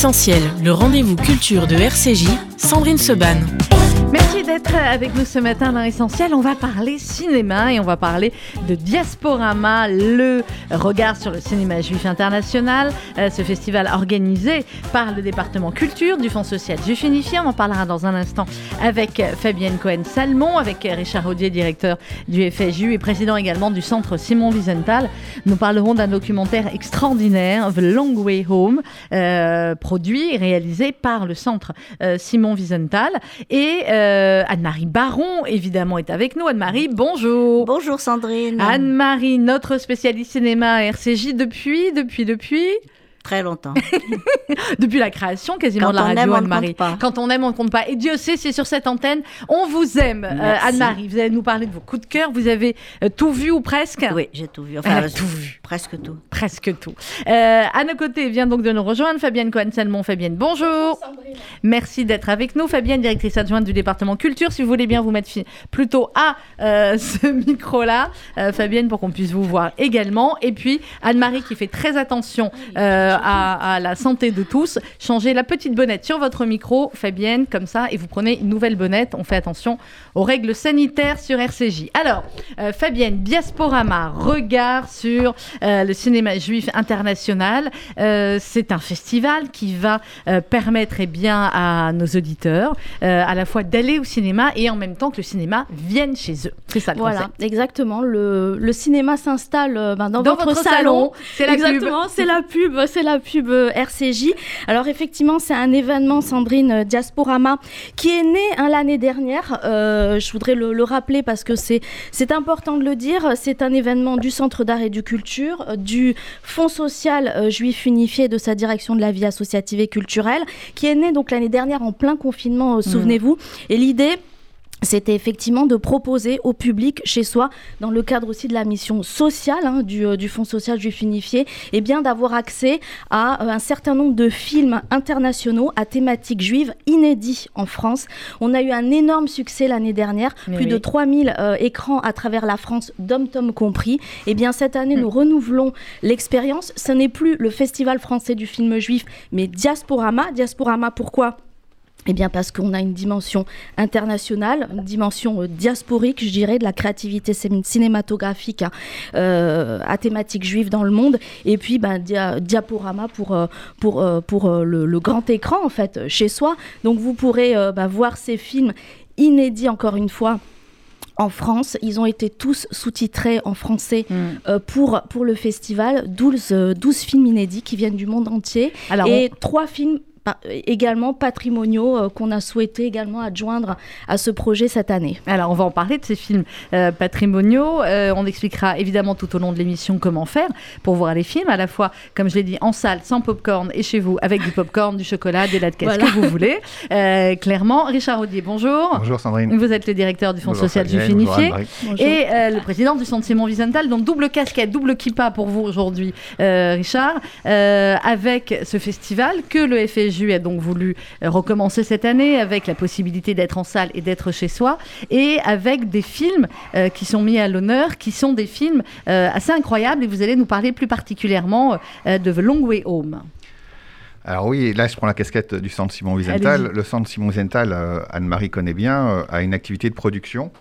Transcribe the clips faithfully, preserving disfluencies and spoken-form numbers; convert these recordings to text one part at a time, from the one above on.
L'essentiel, le rendez-vous culture de R C J, Sandrine Seban. Merci d'être avec nous ce matin dans l'Essentiel. On va parler cinéma et on va parler de Diasporama, le regard sur le cinéma juif international. Euh, ce festival organisé par le département culture du Fonds social juif unifié. On en parlera dans un instant avec Fabienne Cohen-Salmon, avec Richard Audier, directeur du F S J U et président également du centre Simon Wiesenthal. Nous parlerons d'un documentaire extraordinaire, The Long Way Home, euh, produit et réalisé par le centre euh, Simon Wiesenthal. Et euh, Euh, Anne-Marie Baron, évidemment, est avec nous. Anne-Marie, bonjour. Bonjour Sandrine. Anne-Marie, notre spécialiste cinéma à R C J depuis, depuis, depuis... Très longtemps. Depuis la création quasiment Quand de la radio, aime, Anne-Marie. Quand on aime, on ne compte pas. Et Dieu sait, c'est sur cette antenne. On vous aime. Euh, Anne-Marie, vous allez nous parler de vos coups de cœur. Vous avez euh, tout vu ou presque ? Oui, j'ai tout vu. Enfin, euh, tout vu. Presque tout. Presque tout. Euh, à nos côtés vient donc de nous rejoindre Fabienne Cohen-Salmon. Fabienne, bonjour. Sandrine. Merci d'être avec nous. Fabienne, directrice adjointe du département culture. Si vous voulez bien vous mettre fi- plutôt à euh, ce micro-là, euh, Fabienne, pour qu'on puisse vous voir également. Et puis Anne-Marie qui fait très attention euh, à, à la santé de tous. Changez la petite bonnette sur votre micro, Fabienne, comme ça, et vous prenez une nouvelle bonnette. On fait attention aux règles sanitaires sur R C J. Alors, euh, Fabienne, Diasporama, regard sur euh, le cinéma juif international. Euh, c'est un festival qui va euh, permettre eh bien, à nos auditeurs euh, à la fois d'aller au cinéma et en même temps que le cinéma vienne chez eux. C'est ça le Voilà, concept. exactement. Le, le cinéma s'installe euh, ben, dans, Dans votre, votre salon. salon. C'est la exactement, pub. c'est la pub, c'est la pub euh, R C J. Alors effectivement, c'est un événement, Sandrine, euh, Diasporama, qui est né hein, l'année dernière. Euh, je voudrais le, le rappeler parce que c'est, c'est important de le dire. C'est un événement du Centre d'art et du culture, euh, du Fonds social euh, juif unifié, de sa direction de la vie associative et culturelle, qui est né donc l'année dernière en plein confinement, euh, souvenez-vous. Mmh. Et l'idée, c'était effectivement de proposer au public chez soi, dans le cadre aussi de la mission sociale hein, du, euh, du Fonds social juif unifié, eh bien d'avoir accès à euh, un certain nombre de films internationaux à thématique juive inédits en France. On a eu un énorme succès l'année dernière, Mais plus oui. de trois mille euh, écrans à travers la France, dom-tom compris. Eh bien cette année, mmh. nous renouvelons l'expérience. Ce n'est plus le Festival français du film juif, mais Diasporama. Diasporama, pourquoi ? Eh bien parce qu'on a une dimension internationale, une dimension euh, diasporique, je dirais, de la créativité cinématographique hein, euh, à thématique juive dans le monde. Et puis ben, dia- Diaporama pour, euh, pour, euh, pour euh, le, le grand écran, en fait, chez soi. Donc vous pourrez euh, ben, voir ces films inédits, encore une fois, en France. Ils ont été tous sous-titrés en français mmh. euh, pour, pour le festival. douze, euh, douze films inédits qui viennent du monde entier. Alors, et on... trois films Pa- également patrimoniaux euh, qu'on a souhaité également adjoindre à ce projet cette année. Alors on va en parler de ces films euh, patrimoniaux, euh, on expliquera évidemment tout au long de l'émission comment faire pour voir les films, à la fois comme je l'ai dit en salle, sans popcorn et chez vous avec du popcorn, du chocolat, des latkes, voilà. Ce que vous voulez, euh, clairement. Richard Audier, bonjour. Bonjour Sandrine. Vous êtes le directeur du Fonds bonjour, social juif unifié et euh, le président du centre Simon Wiesenthal, donc double casquette, double kippa pour vous aujourd'hui euh, Richard, euh, avec ce festival que le F S J U a donc voulu recommencer cette année avec la possibilité d'être en salle et d'être chez soi et avec des films euh, qui sont mis à l'honneur, qui sont des films euh, assez incroyables et vous allez nous parler plus particulièrement euh, de The Long Way Home. Alors oui, là je prends la casquette du centre Simon Wiesenthal. Le centre Simon Wiesenthal, euh, Anne-Marie connaît bien, euh, a une activité de production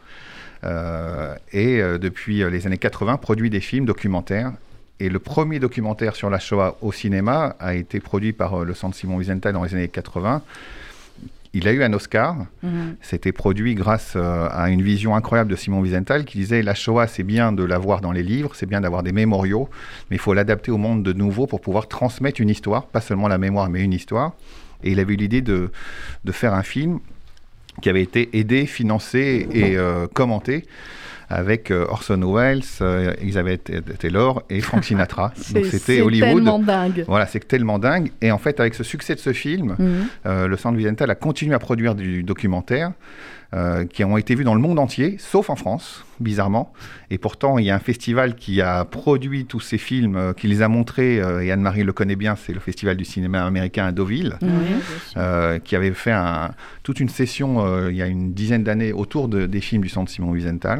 euh, et euh, depuis les années quatre-vingts produit des films documentaires. Et le premier documentaire sur la Shoah au cinéma a été produit par euh, le centre Simon Wiesenthal dans les années quatre-vingts. Il a eu un Oscar. Mmh. C'était produit grâce euh, à une vision incroyable de Simon Wiesenthal qui disait « La Shoah, c'est bien de la voir dans les livres, c'est bien d'avoir des mémoriaux, mais il faut l'adapter au monde de nouveau pour pouvoir transmettre une histoire, pas seulement la mémoire, mais une histoire. » Et il avait eu l'idée de, de faire un film qui avait été aidé, financé et euh, commenté avec euh, Orson Welles, euh, Elizabeth Taylor et Frank Sinatra. Donc c'était c'est Hollywood. C'est tellement dingue. Voilà, c'est tellement dingue. Et en fait, avec ce succès de ce film, mmh. euh, le Centre Wiesenthal a continué à produire du documentaire euh, qui ont été vus dans le monde entier, sauf en France, bizarrement. Et pourtant, il y a un festival qui a produit tous ces films, euh, qui les a montrés, euh, et Anne-Marie le connaît bien, c'est le Festival du cinéma américain à Deauville, mmh. euh, qui avait fait un, toute une session, euh, il y a une dizaine d'années, autour de, des films du Centre Simon Wiesenthal.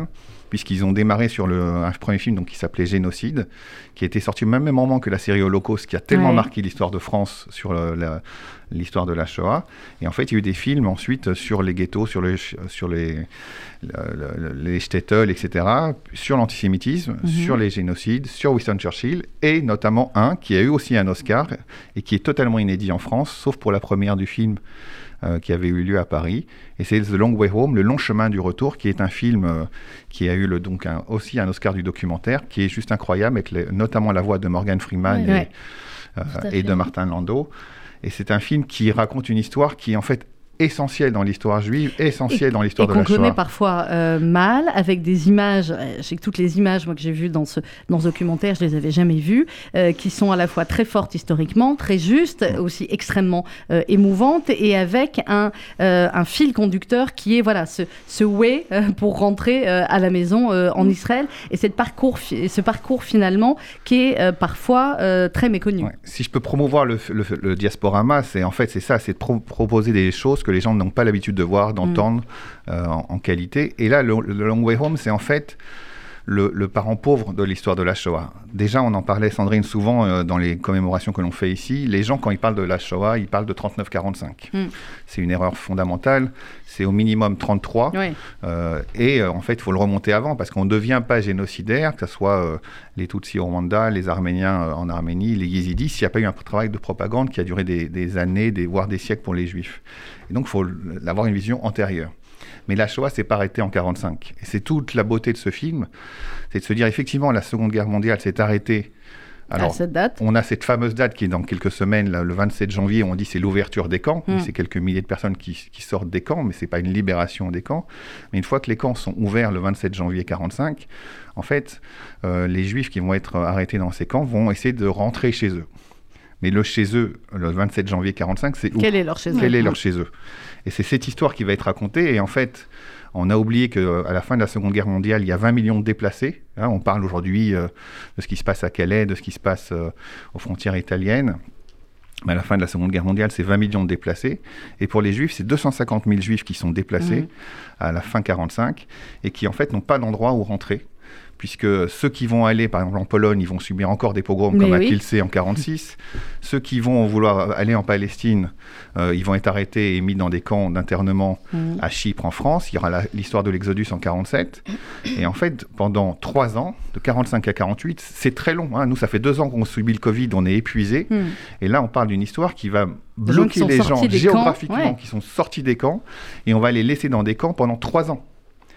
puisqu'ils ont démarré sur le, un premier film donc, qui s'appelait Génocide, qui était sorti au même moment que la série Holocauste, qui a tellement ouais. marqué l'histoire de France sur le, la, l'histoire de la Shoah. Et en fait, il y a eu des films ensuite sur les ghettos, sur, le, sur les, le, le, les shtetls, et cetera, sur l'antisémitisme, mm-hmm. sur les génocides, sur Winston Churchill, et notamment un qui a eu aussi un Oscar, et qui est totalement inédit en France, sauf pour la première du film, Euh, qui avait eu lieu à Paris, et c'est The Long Way Home, Le Long Chemin du Retour, qui est un film euh, qui a eu le, donc un, aussi un Oscar du documentaire, qui est juste incroyable, avec les, notamment la voix de Morgan Freeman ouais, et, ouais. Euh, et de Martin Landau. Et c'est un film qui raconte une histoire qui est en fait essentiel dans l'histoire juive, essentiel et, dans l'histoire de la Shoah. Et qu'on connaît parfois euh, mal, avec des images, euh, je sais que toutes les images moi, que j'ai vues dans ce, dans ce documentaire, je ne les avais jamais vues, euh, qui sont à la fois très fortes historiquement, très justes, aussi extrêmement euh, émouvantes, et avec un, euh, un fil conducteur qui est voilà, ce, ce way euh, pour rentrer euh, à la maison euh, en Israël, et cette parcours, ce parcours finalement qui est euh, parfois euh, très méconnu. Ouais. Si je peux promouvoir le, le, le Diasporama, c'est en fait c'est ça, c'est de pro- proposer des choses que les gens n'ont pas l'habitude de voir, d'entendre mmh. euh, en, en qualité. Et là, le, le Long Way Home, c'est en fait le, le parent pauvre de l'histoire de la Shoah. Déjà, on en parlait, Sandrine, souvent euh, dans les commémorations que l'on fait ici. Les gens, quand ils parlent de la Shoah, ils parlent de trente-neuf quarante-cinq. Mmh. C'est une erreur fondamentale. C'est au minimum trente-trois. Oui. Euh, et euh, en fait, il faut le remonter avant, parce qu'on ne devient pas génocidaire, que ce soit euh, les Tutsis au Rwanda, les Arméniens euh, en Arménie, les Yézidis, s'il n'y a pas eu un travail de propagande qui a duré des, des années, des, voire des siècles pour les Juifs. Et donc, il faut avoir une vision antérieure. Mais la Shoah s'est pas arrêtée en quarante-cinq. Et c'est toute la beauté de ce film, c'est de se dire, effectivement, la Seconde Guerre mondiale s'est arrêtée. Alors, à cette date. On a cette fameuse date qui est dans quelques semaines, là, le vingt-sept janvier, on dit c'est l'ouverture des camps. Mmh. C'est quelques milliers de personnes qui, qui sortent des camps, mais c'est pas une libération des camps. Mais une fois que les camps sont ouverts le vingt-sept janvier quarante-cinq, en fait, euh, les Juifs qui vont être arrêtés dans ces camps vont essayer de rentrer chez eux. Mais le chez eux, le vingt-sept janvier quarante-cinq, c'est où ? Quel est leur chez eux ? Quel est leur chez eux ? Et c'est cette histoire qui va être racontée. Et en fait, on a oublié qu'à la fin de la Seconde Guerre mondiale, il y a vingt millions de déplacés. Hein, on parle aujourd'hui euh, de ce qui se passe à Calais, de ce qui se passe euh, aux frontières italiennes. Mais à la fin de la Seconde Guerre mondiale, c'est vingt millions de déplacés. Et pour les Juifs, c'est deux cent cinquante mille Juifs qui sont déplacés mmh. à la fin quarante-cinq et qui, en fait, n'ont pas d'endroit où rentrer. Puisque ceux qui vont aller, par exemple en Pologne, ils vont subir encore des pogroms Mais comme oui. à Kielce en quarante-six. Ceux qui vont vouloir aller en Palestine, euh, ils vont être arrêtés et mis dans des camps d'internement mmh. à Chypre en France. Il y aura la, l'histoire de l'Exodus en quarante-sept. Et en fait, pendant trois ans, de quarante-cinq à quarante-huit, c'est très long. Hein. Nous, ça fait deux ans qu'on subit le Covid, on est épuisés. Mmh. Et là, on parle d'une histoire qui va bloquer les gens géographiquement, ouais. qui sont sortis des camps. Et on va les laisser dans des camps pendant trois ans.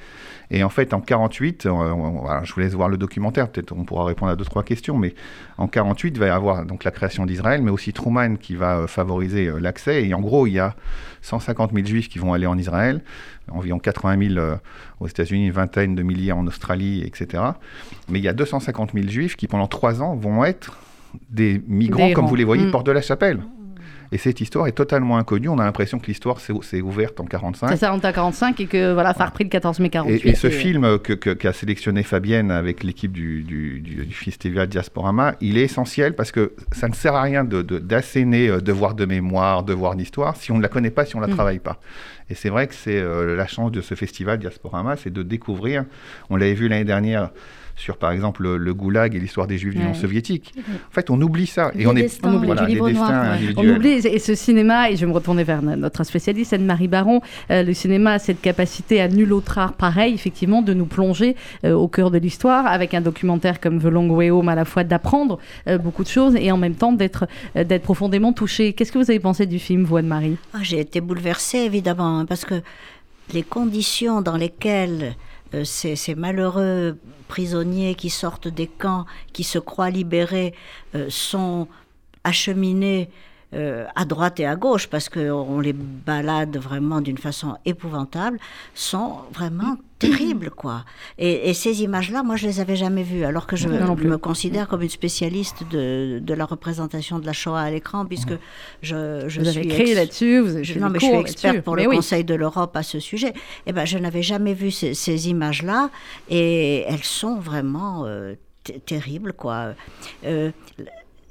Et en fait, en quarante-huit, euh, on, alors je vous laisse voir le documentaire, peut-être on pourra répondre à deux, trois questions, mais en quarante-huit, il va y avoir donc, la création d'Israël, mais aussi Truman qui va euh, favoriser euh, l'accès. Et en gros, il y a cent cinquante mille Juifs qui vont aller en Israël, environ quatre-vingt mille euh, aux États-Unis, une vingtaine de milliers en Australie, et cetera. Mais il y a deux cent cinquante mille Juifs qui, pendant trois ans, vont être des migrants, des comme vous les voyez, mmh. porte de la Chapelle. Et cette histoire est totalement inconnue. On a l'impression que l'histoire s'est, s'est ouverte en quarante-cinq. C'est ça, en quarante-cinq et que voilà, ça a repris le quatorze mai quarante-huit. Et, et ce et... film que, que, qu'a sélectionné Fabienne avec l'équipe du, du, du, du festival Diasporama, il est essentiel parce que ça ne sert à rien de, de, d'asséner euh, devoir de mémoire, devoir d'histoire, si on ne la connaît pas, si on ne la mmh. travaille pas. Et c'est vrai que c'est euh, la chance de ce festival Diasporama, c'est de découvrir. On l'avait vu l'année dernière sur, par exemple, le, le goulag et l'histoire des Juifs ouais. d'Union soviétique. En fait, on oublie ça. Et on est, on oublie voilà, les destins individuels. On oublie, et ce cinéma, et je vais me retourner vers notre spécialiste, Anne-Marie Baron, euh, le cinéma a cette capacité à nul autre art pareil, effectivement, de nous plonger euh, au cœur de l'histoire, avec un documentaire comme The Long Way Home, à la fois d'apprendre euh, beaucoup de choses, et en même temps d'être, euh, d'être profondément touché. Qu'est-ce que vous avez pensé du film, vous, Anne-Marie ? oh, J'ai été bouleversée, évidemment, hein, parce que les conditions dans lesquelles euh, ces, ces malheureux prisonniers qui sortent des camps, qui se croient libérés, euh, sont acheminés euh, à droite et à gauche, parce qu'on les balade vraiment d'une façon épouvantable, sont vraiment terribles, quoi. Et, et ces images-là, moi, je les avais jamais vues, alors que je non, me considère comme une spécialiste de, de la représentation de la Shoah à l'écran, puisque je, je vous suis... Vous avez écrit ex... là-dessus, vous avez je, Non, mais je suis experte pour mais le oui. Conseil de l'Europe à ce sujet. Eh ben, je n'avais jamais vu ces, ces images-là, et elles sont vraiment euh, t- terribles, quoi. Euh,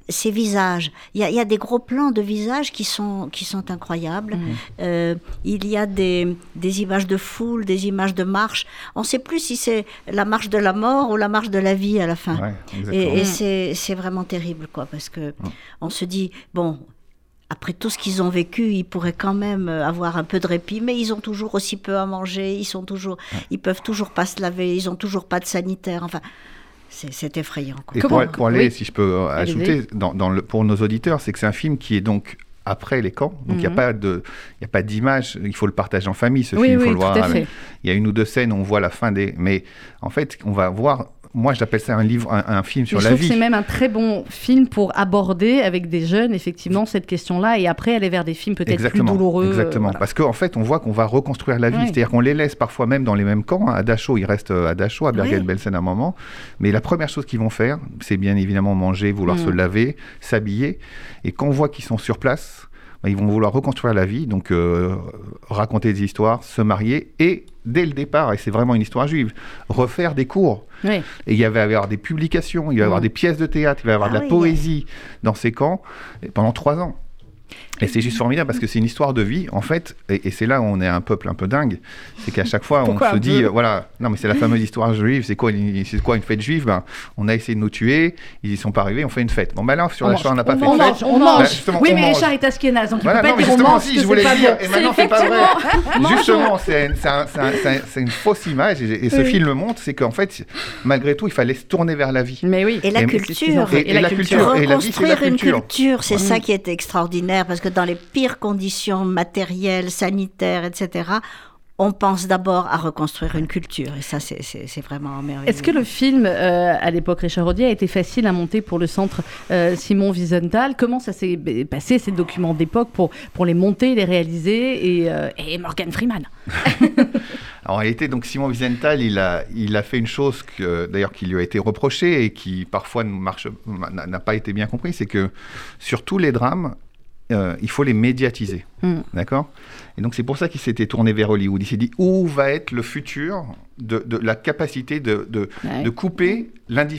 ces visages. Il y, a, il y a des gros plans de visages qui sont, qui sont incroyables. Mmh. Euh, il y a des, des images de foule, des images de marche. On ne sait plus si c'est la marche de la mort ou la marche de la vie à la fin. Ouais, et et c'est, c'est vraiment terrible, quoi, parce que mmh. on se dit, bon, après tout ce qu'ils ont vécu, ils pourraient quand même avoir un peu de répit, mais ils ont toujours aussi peu à manger, ils sont toujours, ouais. ils peuvent toujours pas se laver, ils ont toujours pas de sanitaire, enfin... C'est, c'est effrayant. Quoi. Et pour, pour aller, oui. si je peux ajouter, dans, dans le, pour nos auditeurs, c'est que c'est un film qui est donc après les camps, donc il n'y mm-hmm. a pas d'image, il faut le partager en famille, ce oui, film, il oui, faut le voir. Il y a une ou deux scènes où on voit la fin des... Mais en fait, on va voir... Moi, j'appelle ça un livre, un, un film sur je la trouve vie. Que c'est même un très bon film pour aborder avec des jeunes, effectivement, cette question-là, et après aller vers des films peut-être exactement, plus douloureux. Exactement, voilà. Parce qu'en fait, on voit qu'on va reconstruire la vie. Oui. C'est-à-dire qu'on les laisse parfois même dans les mêmes camps. À Dachau, ils restent à Dachau, à Bergen-Belsen à un moment. Mais la première chose qu'ils vont faire, c'est bien évidemment manger, vouloir mmh. se laver, s'habiller. Et quand on voit qu'ils sont sur place, bah, ils vont vouloir reconstruire la vie, donc euh, raconter des histoires, se marier et... dès le départ, et c'est vraiment une histoire juive, refaire des cours. Oui. Et il y avait y avoir des publications, il va y avoir mmh. des pièces de théâtre, il va y avoir ah de la oui, poésie oui. dans ces camps pendant trois ans. Et c'est juste formidable parce que c'est une histoire de vie, en fait, et, et c'est là où on est un peuple un peu dingue, c'est qu'à chaque fois on se dit, euh, voilà, non mais c'est la fameuse histoire juive, c'est quoi, une, c'est quoi une fête juive, ben, on a essayé de nous tuer, ils y sont pas arrivés, on fait une fête. Bon ben là, sur on la Shoah, on n'a pas on fait mange, de fête. On mange, ben, oui on mais mange. Richard est askénaze, donc voilà, il peut non, pas dire on mange, si, je voulais pas dire, bon. et maintenant c'est pas vrai. Justement, c'est, c'est, un, c'est, un, c'est, un, c'est une fausse image, et, et ce oui. film le montre, c'est qu'en fait, malgré tout, il fallait se tourner vers la vie. Mais oui. Et la culture. Et la culture. Et la vie, c'est la Reconstruire une culture, c'est Mmh. ça qui est extraordinaire, parce que dans les pires conditions matérielles, sanitaires, et cetera, on pense d'abord à reconstruire une culture. Et ça, c'est, c'est, c'est vraiment merveilleux. Est-ce que le film, euh, à l'époque Richard Audier, a été facile à monter pour le centre euh, Simon Wiesenthal ? Comment ça s'est passé, ces documents d'époque, pour, pour les monter, les réaliser, et, euh, et Morgan Freeman ? Alors, en réalité, donc, Simon Wiesenthal, il a, il a fait une chose que, d'ailleurs, qui lui a été reprochée et qui, parfois, ne marche, n'a, n'a pas été bien compris, c'est que sur tous les drames, Euh, il faut les médiatiser, mmh. d'accord ? Et donc c'est pour ça qu'il s'était tourné vers Hollywood. Il s'est dit, où va être le futur de, de la capacité de, de, ouais. de couper l'indifférence ?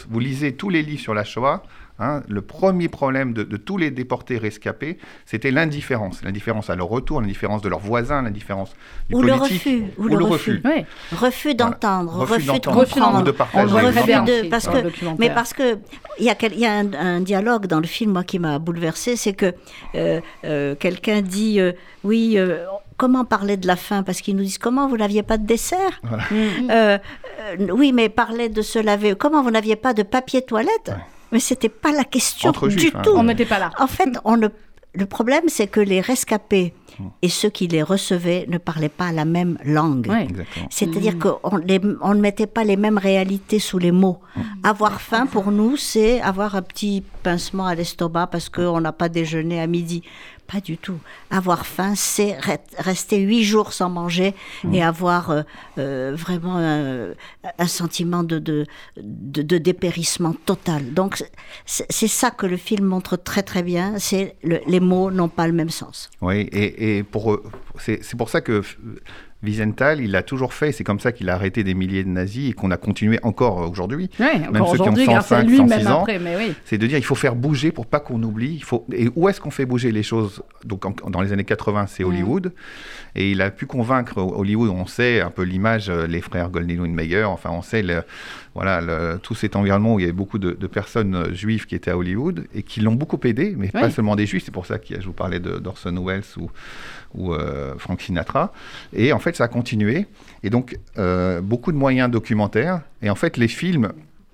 Vous lisez tous les livres sur la Shoah, hein, le premier problème de, de tous les déportés rescapés, c'était l'indifférence. L'indifférence à leur retour, l'indifférence de leurs voisins, l'indifférence du ou politique. Le refus, ou, ou le refus. refus. Oui. Refus d'entendre, voilà. refus, refus d'entendre, de comprendre, de partager. refus de... Parce que, mais parce que il y a, quel, y a un, un dialogue dans le film, moi, qui m'a bouleversée, c'est que euh, euh, quelqu'un dit, euh, oui... Euh, comment parler de la faim ? Parce qu'ils nous disent, comment vous n'aviez pas de dessert ? Voilà. euh, euh, Oui, mais parler de se laver. Comment vous n'aviez pas de papier toilette ? Ouais. Mais ce n'était pas la question Entre du juifs, tout. Hein. On n'était pas là. En fait, on ne... le problème, c'est que les rescapés et ceux qui les recevaient ne parlaient pas la même langue. Ouais. C'est-à-dire mmh. qu'on les, on ne mettait pas les mêmes réalités sous les mots. Mmh. Avoir faim, pour nous, c'est avoir un petit pincement à l'estomac parce qu'on n'a pas déjeuné à midi. Pas du tout. Avoir faim, c'est re- rester huit jours sans manger mmh. et avoir euh, euh, vraiment un, un sentiment de, de, de, de dépérissement total. Donc, c'est, c'est ça que le film montre très très bien, c'est le, les mots n'ont pas le même sens. Oui, et, et pour, c'est, c'est pour ça que Wiesenthal, il a toujours fait, c'est comme ça qu'il a arrêté des milliers de nazis et qu'on a continué encore aujourd'hui, oui, même encore ceux qui ont cent cinq, lui, cent six ans, après, mais oui. c'est de dire il faut faire bouger pour pas qu'on oublie. Il faut... Et où est-ce qu'on fait bouger les choses ? Donc en, dans les années quatre-vingts, c'est Hollywood, mmh. et il a pu convaincre Hollywood. On sait un peu l'image, les frères Goldwyn-Mayer. Enfin, on sait le, voilà le, tout cet environnement où il y avait beaucoup de, de personnes juives qui étaient à Hollywood et qui l'ont beaucoup aidé, mais oui. pas seulement des juifs. C'est pour ça que je vous parlais de, d'Orson Welles ou ou euh, Frank Sinatra. Et en fait, ça a continué. Et donc, euh, beaucoup de moyens documentaires. Et en fait, les films,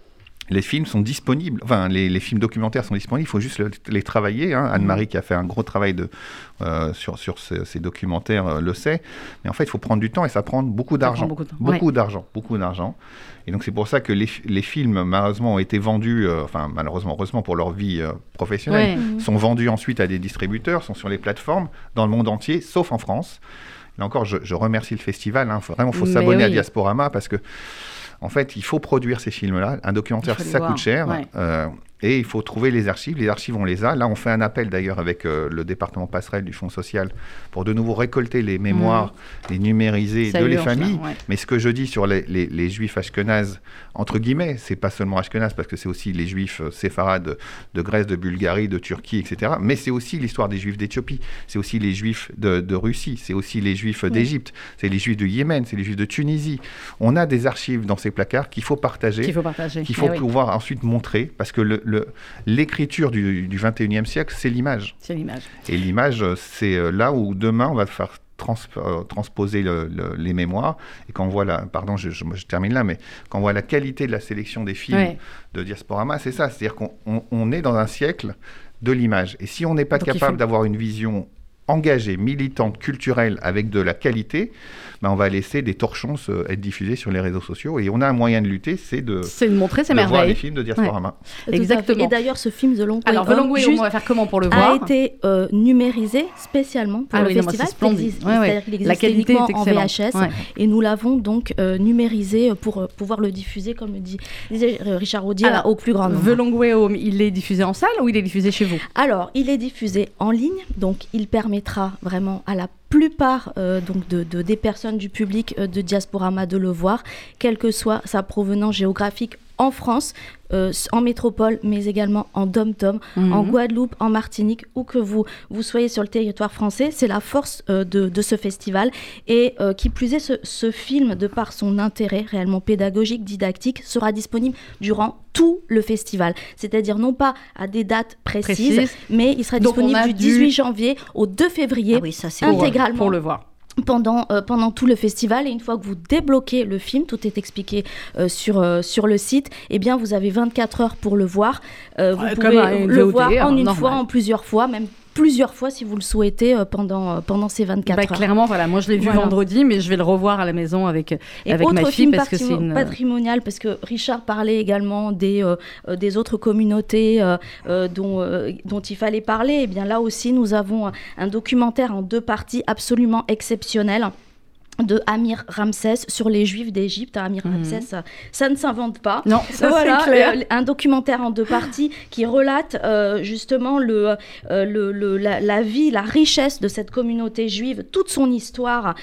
les films sont disponibles. Enfin, les, les films documentaires sont disponibles. Il faut juste le, les travailler. Hein. Anne-Marie, qui a fait un gros travail de, euh, sur, sur ces, ces documentaires, euh, le sait. Mais en fait, il faut prendre du temps et ça prend beaucoup d'argent. Beaucoup, de beaucoup ouais. d'argent. Beaucoup d'argent. Et donc, c'est pour ça que les, les films, malheureusement, ont été vendus, euh, enfin, malheureusement, heureusement pour leur vie euh, professionnelle, ouais. sont vendus ensuite à des distributeurs, sont sur les plateformes dans le monde entier, sauf en France. Là encore, je, je remercie le festival. Hein. Faut, vraiment, il faut Mais s'abonner oui. à Diasporama parce que, en fait, il faut produire ces films-là. Un documentaire, ça coûte cher. Ouais. Euh, Et il faut trouver les archives. Les archives, on les a. Là, on fait un appel d'ailleurs avec euh, le département passerelle du Fonds social pour de nouveau récolter les mémoires, mmh. les numériser Ça de les urge, familles. là, ouais. Mais ce que je dis sur les, les, les juifs ashkénazes, entre guillemets, c'est pas seulement ashkénazes, parce que c'est aussi les juifs séfarades de, de Grèce, de Bulgarie, de Turquie, et cetera. Mais c'est aussi l'histoire des juifs d'Éthiopie. C'est aussi les juifs de, de Russie. C'est aussi les juifs mmh. d'Égypte. C'est les juifs du Yémen. C'est les juifs de Tunisie. On a des archives dans ces placards qu'il faut partager. Qu'il faut partager. Qu'il faut eh pouvoir oui. ensuite montrer, parce que le, le, l'écriture du, du vingt et unième siècle, c'est l'image. C'est l'image. Et l'image, c'est là où demain, on va faire trans, euh, transposer le, le, les mémoires. Et quand on voit la... Pardon, je, je, je termine là, mais quand on voit la qualité de la sélection des films ouais. de Diasporama, c'est ça. C'est-à-dire qu'on on, on est dans un siècle de l'image. Et si on n'est pas Donc capable faut... d'avoir une vision engagée, militante, culturelle, avec de la qualité, ben on va laisser des torchons se, être diffusés sur les réseaux sociaux. Et on a un moyen de lutter, c'est de, c'est de montrer ces de merveilles. voir les films de Diasporama. Ouais. Exactement. Et d'ailleurs, ce film The Long Way Alors, The Long Way Home, on va faire comment pour le voir ? A été euh, numérisé spécialement pour ah le oui, festival. Non, c'est existe, ouais, ouais. C'est-à-dire qu'il existe la qualité uniquement est en V H S. Ouais. Et nous l'avons donc euh, numérisé pour euh, pouvoir le diffuser, comme le dit, disait Richard Audier, Alors, au plus grand nombre. The Long Way Home, il est diffusé en salle ou il est diffusé chez vous ? Alors, il est diffusé en ligne, donc il permettra vraiment à la plupart euh, donc de, de, des personnes du public euh, de Diasporama de le voir, quelle que soit sa provenance géographique en France, euh, en métropole, mais également en dom-tom, mmh. en Guadeloupe, en Martinique, où que vous, vous soyez sur le territoire français. C'est la force euh, de, de ce festival. Et euh, qui plus est, ce, ce film, de par son intérêt réellement pédagogique, didactique, sera disponible durant tout le festival. C'est-à-dire non pas à des dates précises, Précise. mais il sera Donc disponible du dix-huit du... janvier au deux février, ah oui, ça, c'est intégralement. Pour le voir. Pendant, euh, pendant tout le festival, et une fois que vous débloquez le film, tout est expliqué euh, sur, euh, sur le site, et eh bien vous avez vingt-quatre heures pour le voir. Euh, vous ouais, pouvez le V O D, voir en une normal. fois, en plusieurs fois, même plusieurs fois si vous le souhaitez euh, pendant, euh, pendant ces vingt-quatre bah, heures. Clairement, voilà, moi je l'ai vu voilà. vendredi, mais je vais le revoir à la maison avec, et avec ma fille parce que c'est une... patrimonial, parce que Richard parlait également des, euh, des autres communautés euh, euh, dont, euh, dont il fallait parler. Et bien là aussi, nous avons un documentaire en deux parties absolument exceptionnel de Amir Ramsès sur les Juifs d'Égypte. Amir mmh. Ramsès, ça, ça ne s'invente pas. Non, ça voilà, c'est clair. Euh, un documentaire en deux parties qui relate euh, justement le, euh, le, le, la, la vie, la richesse de cette communauté juive, toute son histoire.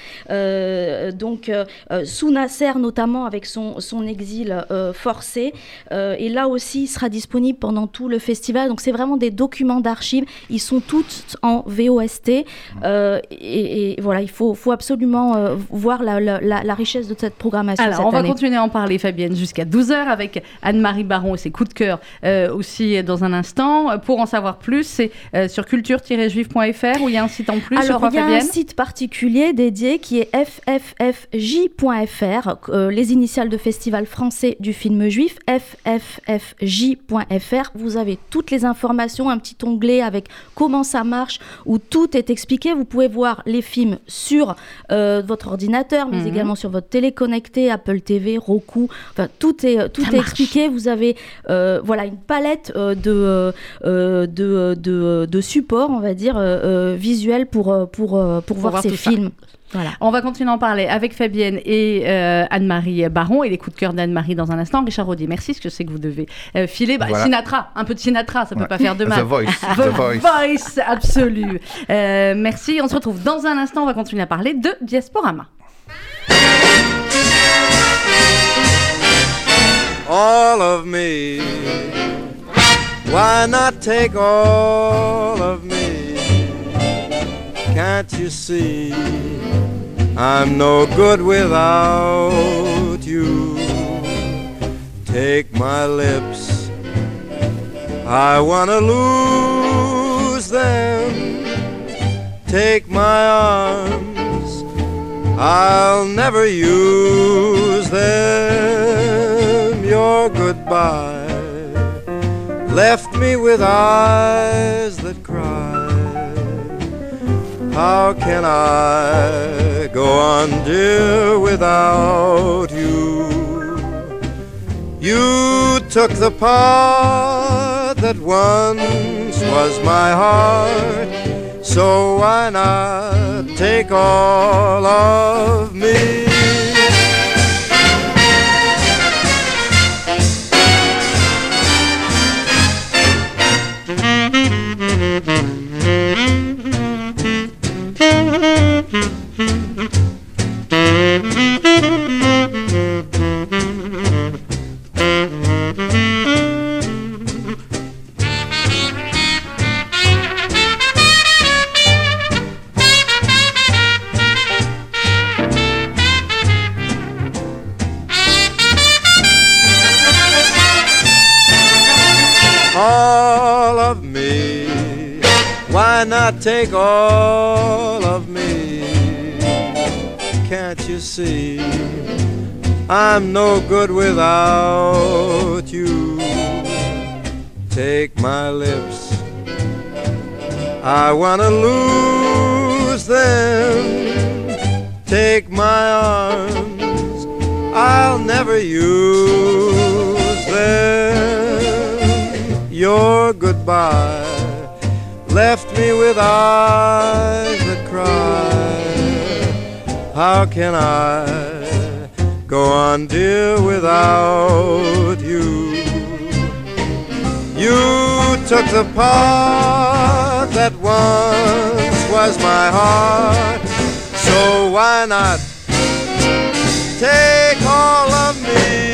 Euh, donc, euh, sous Nasser, notamment avec son, son exil euh, forcé. Euh, et là aussi, il sera disponible pendant tout le festival. Donc, c'est vraiment des documents d'archives. Ils sont tous en V O S T. Euh, et, et voilà, il faut, faut absolument... Euh, voir la, la, la, la richesse de cette programmation. Alors, cette on va année. continuer à en parler, Fabienne, jusqu'à douze heures avec Anne-Marie Baron et ses coups de cœur euh, aussi dans un instant. Pour en savoir plus, c'est euh, sur culture tiret juif point f r où il y a un site en plus. Alors, il y a Fabienne un site particulier dédié qui est f f f j point f r, euh, les initiales de Festival français du film juif, f f f j point f r. Vous avez toutes les informations, un petit onglet avec comment ça marche, où tout est expliqué. Vous pouvez voir les films sur euh, votre ordinateur, mais mmh. également sur votre télé connectée, Apple T V, Roku. Enfin, tout est tout ça est marche. expliqué. Vous avez euh, voilà une palette euh, de, euh, de de de supports, on va dire euh, visuels pour pour pour, pour voir, voir ces films. Voilà. On va continuer à en parler avec Fabienne et euh, Anne-Marie Baron et les coups de cœur d'Anne-Marie dans un instant. Richard Audier, merci, parce que je sais que vous devez euh, filer. Bah, voilà. Sinatra, un peu de Sinatra, ça ne ouais. peut pas faire de mal. The Voice. The, The Voice. voice absolu. Euh, merci, on se retrouve dans un instant. On va continuer à parler de Diasporama. All of me, why not take all of me? Can't you see I'm no good without you? Take my lips, I wanna lose them. Take my arms, I'll never use them. Your goodbye left me with eyes that cry. How can I go on, dear, without you? You took the part that once was my heart, so why not take all of me? all of me? Why not take all of me? Can't you see I'm no good without you? Take my lips, I wanna lose them. Take my arms, I'll never use them. Your goodbye left me with eyes that cry. How can I go on, dear, without you? You took the part that once was my heart, so why not take all of me?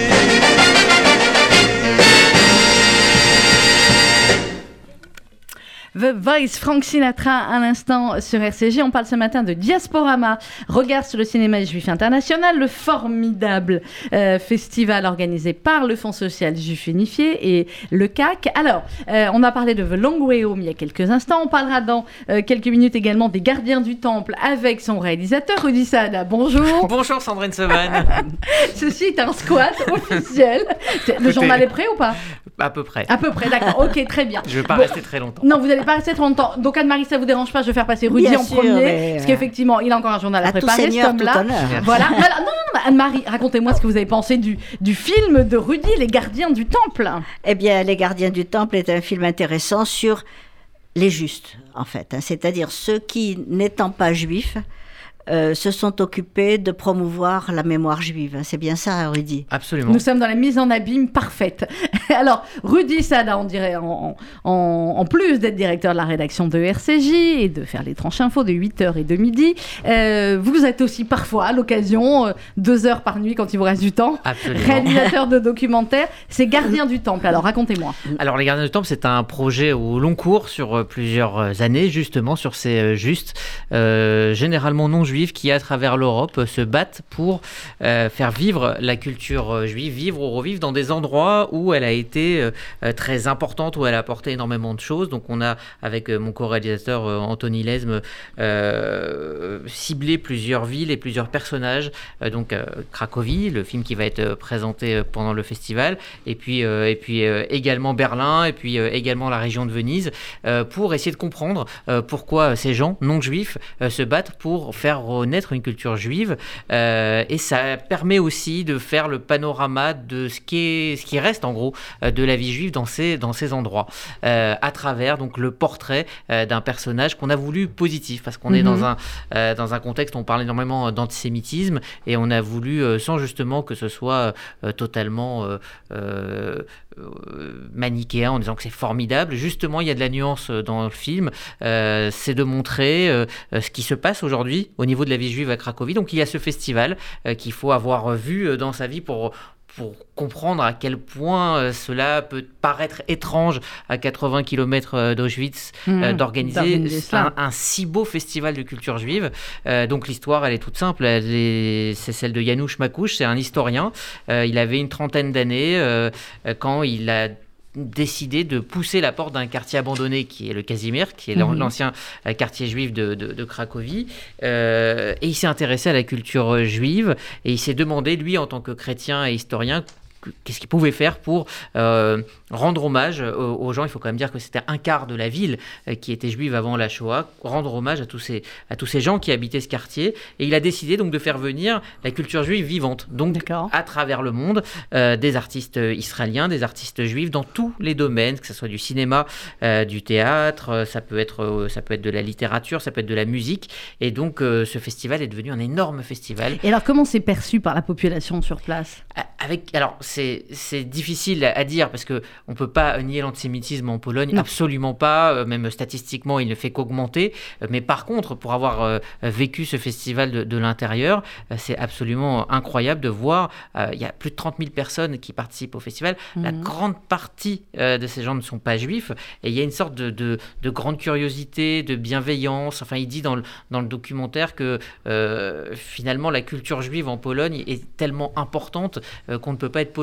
The Voice, Frank Sinatra à l'instant sur R C J. On parle ce matin de Diasporama, regard sur le cinéma juif international, le formidable euh, festival organisé par le Fonds social juif unifié et le C A C. Alors, euh, on a parlé de The Long Way Home il y a quelques instants. On parlera dans euh, quelques minutes également des Gardiens du Temple avec son réalisateur Rudy Saada. Bonjour. Bonjour Sandrine Sevane. Ceci est un squat officiel. Le journal est prêt ou pas? À peu près. À peu près, d'accord. Ok, très bien. Je ne vais pas bon, rester très longtemps. Non, vous n'allez pas rester trop longtemps. Donc Anne-Marie, ça vous dérange pas, je vais faire passer Rudy Bien en sûr, premier, mais, parce qu'effectivement, il a encore un journal à, à préparer, tout seigneur, cet homme-là. tout honneur. Voilà. voilà. Non, non, non, Anne-Marie, racontez-moi ce que vous avez pensé du, du film de Rudy, Les Gardiens du Temple. Eh bien, Les Gardiens du Temple est un film intéressant sur les justes, en fait. Hein, c'est-à-dire ceux qui, n'étant pas juifs, Euh, se sont occupés de promouvoir la mémoire juive. C'est bien ça, Rudy? Absolument. Nous sommes dans la mise en abîme parfaite. Alors, Rudy Saada, on dirait, en, en, en plus d'être directeur de la rédaction de R C J et de faire les tranches infos de huit heures et de midi, euh, vous êtes aussi parfois, à l'occasion, euh, deux heures par nuit quand il vous reste du temps, Absolument. réalisateur de documentaires. C'est Gardiens du Temple. Alors, racontez-moi. Alors, Les Gardiens du Temple, c'est un projet au long cours sur plusieurs années, justement, sur ces justes, euh, généralement non juifs, qui, à travers l'Europe, se battent pour euh, faire vivre la culture juive, vivre ou revivre dans des endroits où elle a été euh, très importante, où elle a apporté énormément de choses. Donc, on a, avec mon co-réalisateur euh, Anthony Lesme, euh, ciblé plusieurs villes et plusieurs personnages. Euh, donc, euh, Cracovie, le film qui va être présenté pendant le festival, et puis, euh, et puis euh, également Berlin, et puis euh, également la région de Venise, euh, pour essayer de comprendre euh, pourquoi ces gens non juifs euh, se battent pour faire renaître une culture juive. Euh, et ça permet aussi de faire le panorama de ce qui, est, ce qui reste en gros euh, de la vie juive dans ces, dans ces endroits, euh, à travers donc le portrait euh, d'un personnage qu'on a voulu positif, parce qu'on mm-hmm. est dans un, euh, dans un contexte où on parle énormément d'antisémitisme, et on a voulu, euh, sans justement que ce soit euh, totalement euh, euh, Euh, manichéen en disant que c'est formidable. Justement, il y a de la nuance dans le film. Euh, c'est de montrer euh, ce qui se passe aujourd'hui au niveau de la vie juive à Cracovie. Donc, il y a ce festival euh, qu'il faut avoir vu dans sa vie pour... pour comprendre à quel point euh, cela peut paraître étrange à quatre-vingts kilomètres d'Auschwitz mmh, euh, d'organiser un, un si beau festival de culture juive. Euh, donc l'histoire, elle est toute simple. Elle est, c'est celle de Janusz Makouch, c'est un historien. Euh, il avait une trentaine d'années euh, quand il a décidé de pousser la porte d'un quartier abandonné qui est le Casimir, qui est mmh. l'ancien quartier juif de, de, de Cracovie. Euh, et il s'est intéressé à la culture juive et il s'est demandé, lui, en tant que chrétien et historien, qu'est-ce qu'il pouvait faire pour euh, rendre hommage aux, aux gens. Il faut quand même dire que c'était un quart de la ville euh, qui était juive avant la Shoah, rendre hommage à tous, ces, à tous ces gens qui habitaient ce quartier. Et il a décidé donc de faire venir la culture juive vivante, donc D'accord. à travers le monde, euh, des artistes israéliens, des artistes juifs dans tous les domaines, que ce soit du cinéma, euh, du théâtre, ça peut, être, euh, ça peut être de la littérature, ça peut être de la musique. Et donc euh, ce festival est devenu un énorme festival. Et alors comment c'est perçu par la population sur place ? Avec, alors, c'est, c'est difficile à dire parce qu'on ne peut pas nier l'antisémitisme en Pologne, non. absolument pas, même statistiquement, il ne fait qu'augmenter. Mais par contre, pour avoir euh, vécu ce festival de, de l'intérieur, euh, c'est absolument incroyable de voir, euh, il y a plus de trente mille personnes qui participent au festival. Mmh. La grande partie euh, de ces gens ne sont pas juifs et il y a une sorte de, de, de grande curiosité, de bienveillance. Enfin, il dit dans le, dans le documentaire que euh, finalement, la culture juive en Pologne est tellement importante qu'on ne peut pas être polonais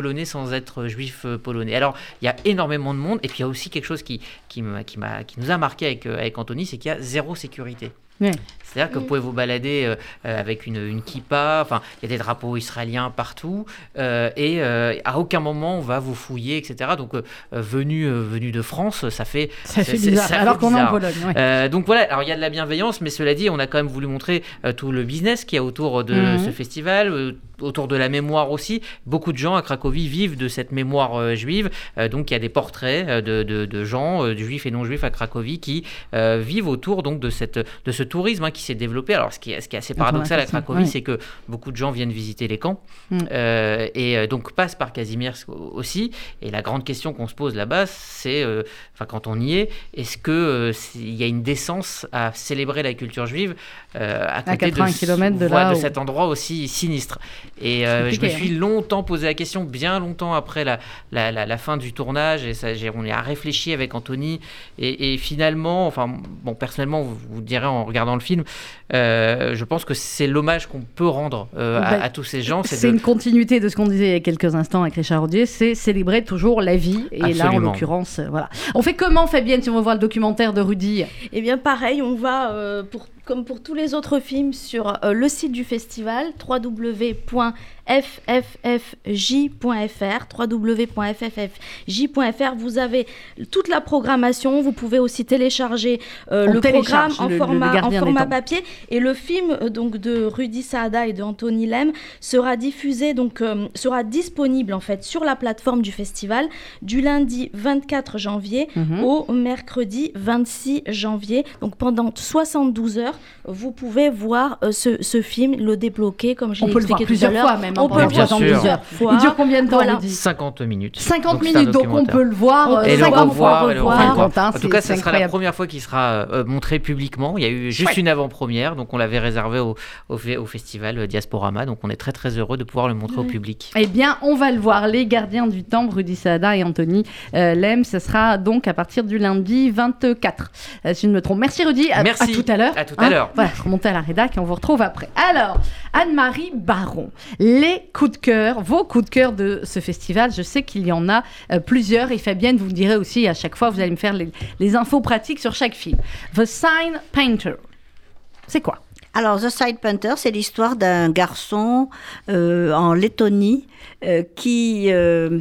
polonais sans être juif polonais. Alors, il y a énormément de monde, et puis il y a aussi quelque chose qui, qui, m'a, qui, m'a, qui nous a marqué avec, avec Anthony, c'est qu'il y a zéro sécurité. Oui. C'est-à-dire que vous pouvez vous balader euh, avec une, une kippa, enfin, il y a des drapeaux israéliens partout, euh, et euh, à aucun moment on va vous fouiller, et cetera. Donc, euh, venu, euh, venu de France, ça fait, ça fait bizarre, ça alors fait qu'on bizarre. Est en Pologne. Ouais. Euh, donc voilà, alors il y a de la bienveillance, mais cela dit, on a quand même voulu montrer euh, tout le business qu'il y a autour de mmh. ce festival, euh, autour de la mémoire aussi. Beaucoup de gens à Cracovie vivent de cette mémoire euh, juive, euh, donc il y a des portraits euh, de, de, de gens, euh, juifs et non-juifs à Cracovie, qui euh, vivent autour donc, de, cette, de ce tourisme hein, qui s'est développé. Alors ce qui est, ce qui est assez paradoxal à Cracovie, oui. c'est que beaucoup de gens viennent visiter les camps, mm. euh, et euh, donc passent par Kazimierz aussi. Et la grande question qu'on se pose là-bas, c'est, euh, enfin quand on y est, est-ce qu'il euh, y a une décence à célébrer la culture juive euh, à côté à quatre-vingts de, kilomètres de, voilà, là de où... cet endroit aussi sinistre. Et euh, je me suis longtemps posé la question, bien longtemps après la, la, la, la fin du tournage, et ça, j'ai, on y a réfléchi avec Anthony, et, et finalement, enfin, bon, personnellement, vous, vous direz en regardant le film, euh, je pense que c'est l'hommage qu'on peut rendre euh, à, à tous ces gens. C'est, c'est de... une continuité de ce qu'on disait il y a quelques instants avec Richard Audier, c'est célébrer toujours la vie, et Absolument. Là, en l'occurrence, euh, voilà. On fait comment, Fabienne, si on veut voir le documentaire de Rudy ? Eh bien, pareil, on va, euh, pour, comme pour tous les autres films, sur euh, le site du festival, w w w point f f f j point f r, w w w point f f f j point f r. Vous avez toute la programmation, vous pouvez aussi télécharger euh, le programme en le, format, le en format papier, et le film euh, donc, de Rudy Saada et de Anthony Lem sera diffusé, donc, euh, sera disponible en fait sur la plateforme du festival du lundi vingt-quatre janvier mm-hmm. au mercredi vingt-six janvier. Donc pendant soixante-douze heures, vous pouvez voir euh, ce, ce film, le débloquer, comme je l'ai expliqué tout à l'heure. Fois, même, on peut le voir plusieurs fois. Il dure combien de temps, voilà. cinquante minutes. cinquante donc minutes, donc on peut le voir et cinquante fois. revoir. En tout cas, ce sera la première fois qu'il sera euh, montré publiquement. Il y a eu juste ouais. une avant-première, donc on l'avait réservé au, au, au festival Diasporama. Donc on est très très heureux de pouvoir le montrer oui. au public. Eh bien, on va le voir. Les Gardiens du Temps, Rudy Saada et Anthony euh, Lem, ce sera donc à partir du lundi vingt-quatre. Euh, si je ne me trompe. Merci Rudy. À, Merci. À tout à l'heure. À tout à hein l'heure. Voilà, je remonte à la rédac et on vous retrouve après. Alors, Anne-Marie Baron, les coups de cœur, vos coups de cœur de ce festival, je sais qu'il y en a euh, plusieurs, et Fabienne, vous me direz aussi à chaque fois, vous allez me faire les, les infos pratiques sur chaque film. The Sign Painter, c'est quoi ? Alors, The Sign Painter, c'est l'histoire d'un garçon euh, en Lettonie euh, qui, euh,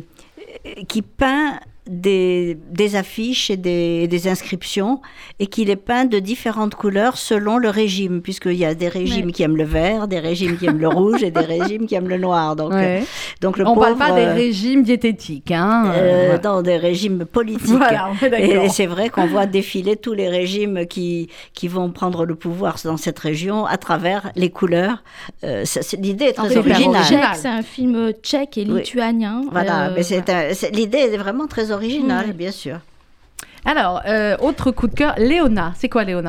qui peint Des, des affiches et des, des inscriptions, et qui les peint de différentes couleurs selon le régime, puisqu'il y a des régimes ouais. qui aiment le vert, des régimes qui aiment le rouge et des régimes qui aiment le noir. Donc, ouais. euh, donc le on ne parle parle pas des régimes diététiques. Hein euh, ouais. Non, des régimes politiques. Voilà, on est d'accord. Et, et c'est vrai qu'on voit défiler tous les régimes qui, qui vont prendre le pouvoir dans cette région à travers les couleurs. Euh, ça, c'est, l'idée est très originale. Tchèque, c'est un film tchèque et lituanien. Oui. Voilà, euh, mais c'est un, c'est, l'idée est vraiment très original, mmh. bien sûr. Alors, euh, autre coup de cœur, Léona. C'est quoi Léona ?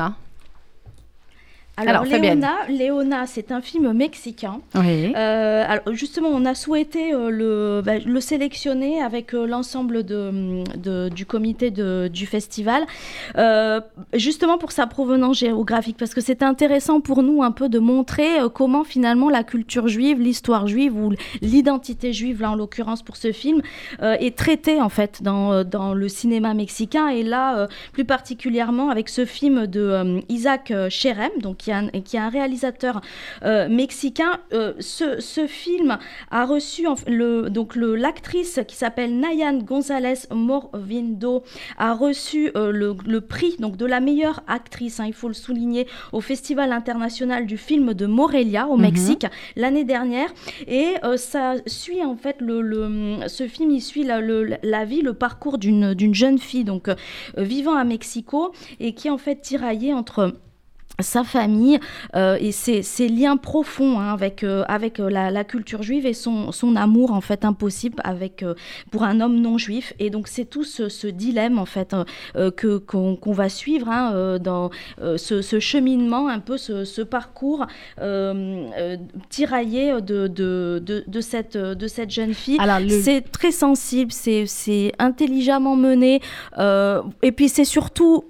Alors, alors Léona, Léona, c'est un film mexicain. Oui. Euh, alors justement, on a souhaité euh, le, bah, le sélectionner avec euh, l'ensemble de, de, du comité de, du festival, euh, justement pour sa provenance géographique, parce que c'est intéressant pour nous un peu de montrer euh, comment finalement la culture juive, l'histoire juive ou l'identité juive, là en l'occurrence pour ce film, euh, est traitée en fait dans, dans le cinéma mexicain, et là euh, plus particulièrement avec ce film de euh, Isaac Cherem, donc qui est un, qui est un réalisateur euh, mexicain. Euh, ce, ce film a reçu en, le, donc le, l'actrice qui s'appelle Nayan González Morvindo a reçu euh, le, le prix donc, de la meilleure actrice, hein, il faut le souligner, au Festival international du film de Morelia au mm-hmm. Mexique l'année dernière, et euh, ça suit en fait le, le, ce film il suit la, le, la vie, le parcours d'une, d'une jeune fille donc, euh, vivant à Mexico, et qui est en fait tiraillée entre sa famille euh, et ses, ses liens profonds hein, avec, euh, avec euh, la, la culture juive, et son, son amour en fait impossible avec, euh, pour un homme non juif. Et donc c'est tout ce, ce dilemme en fait euh, que, qu'on, qu'on va suivre hein, euh, dans euh, ce, ce cheminement, un peu ce, ce parcours euh, euh, tiraillé de, de, de, de, cette, de cette jeune fille. Alors, le... C'est très sensible, c'est, c'est intelligemment mené euh, et puis c'est surtout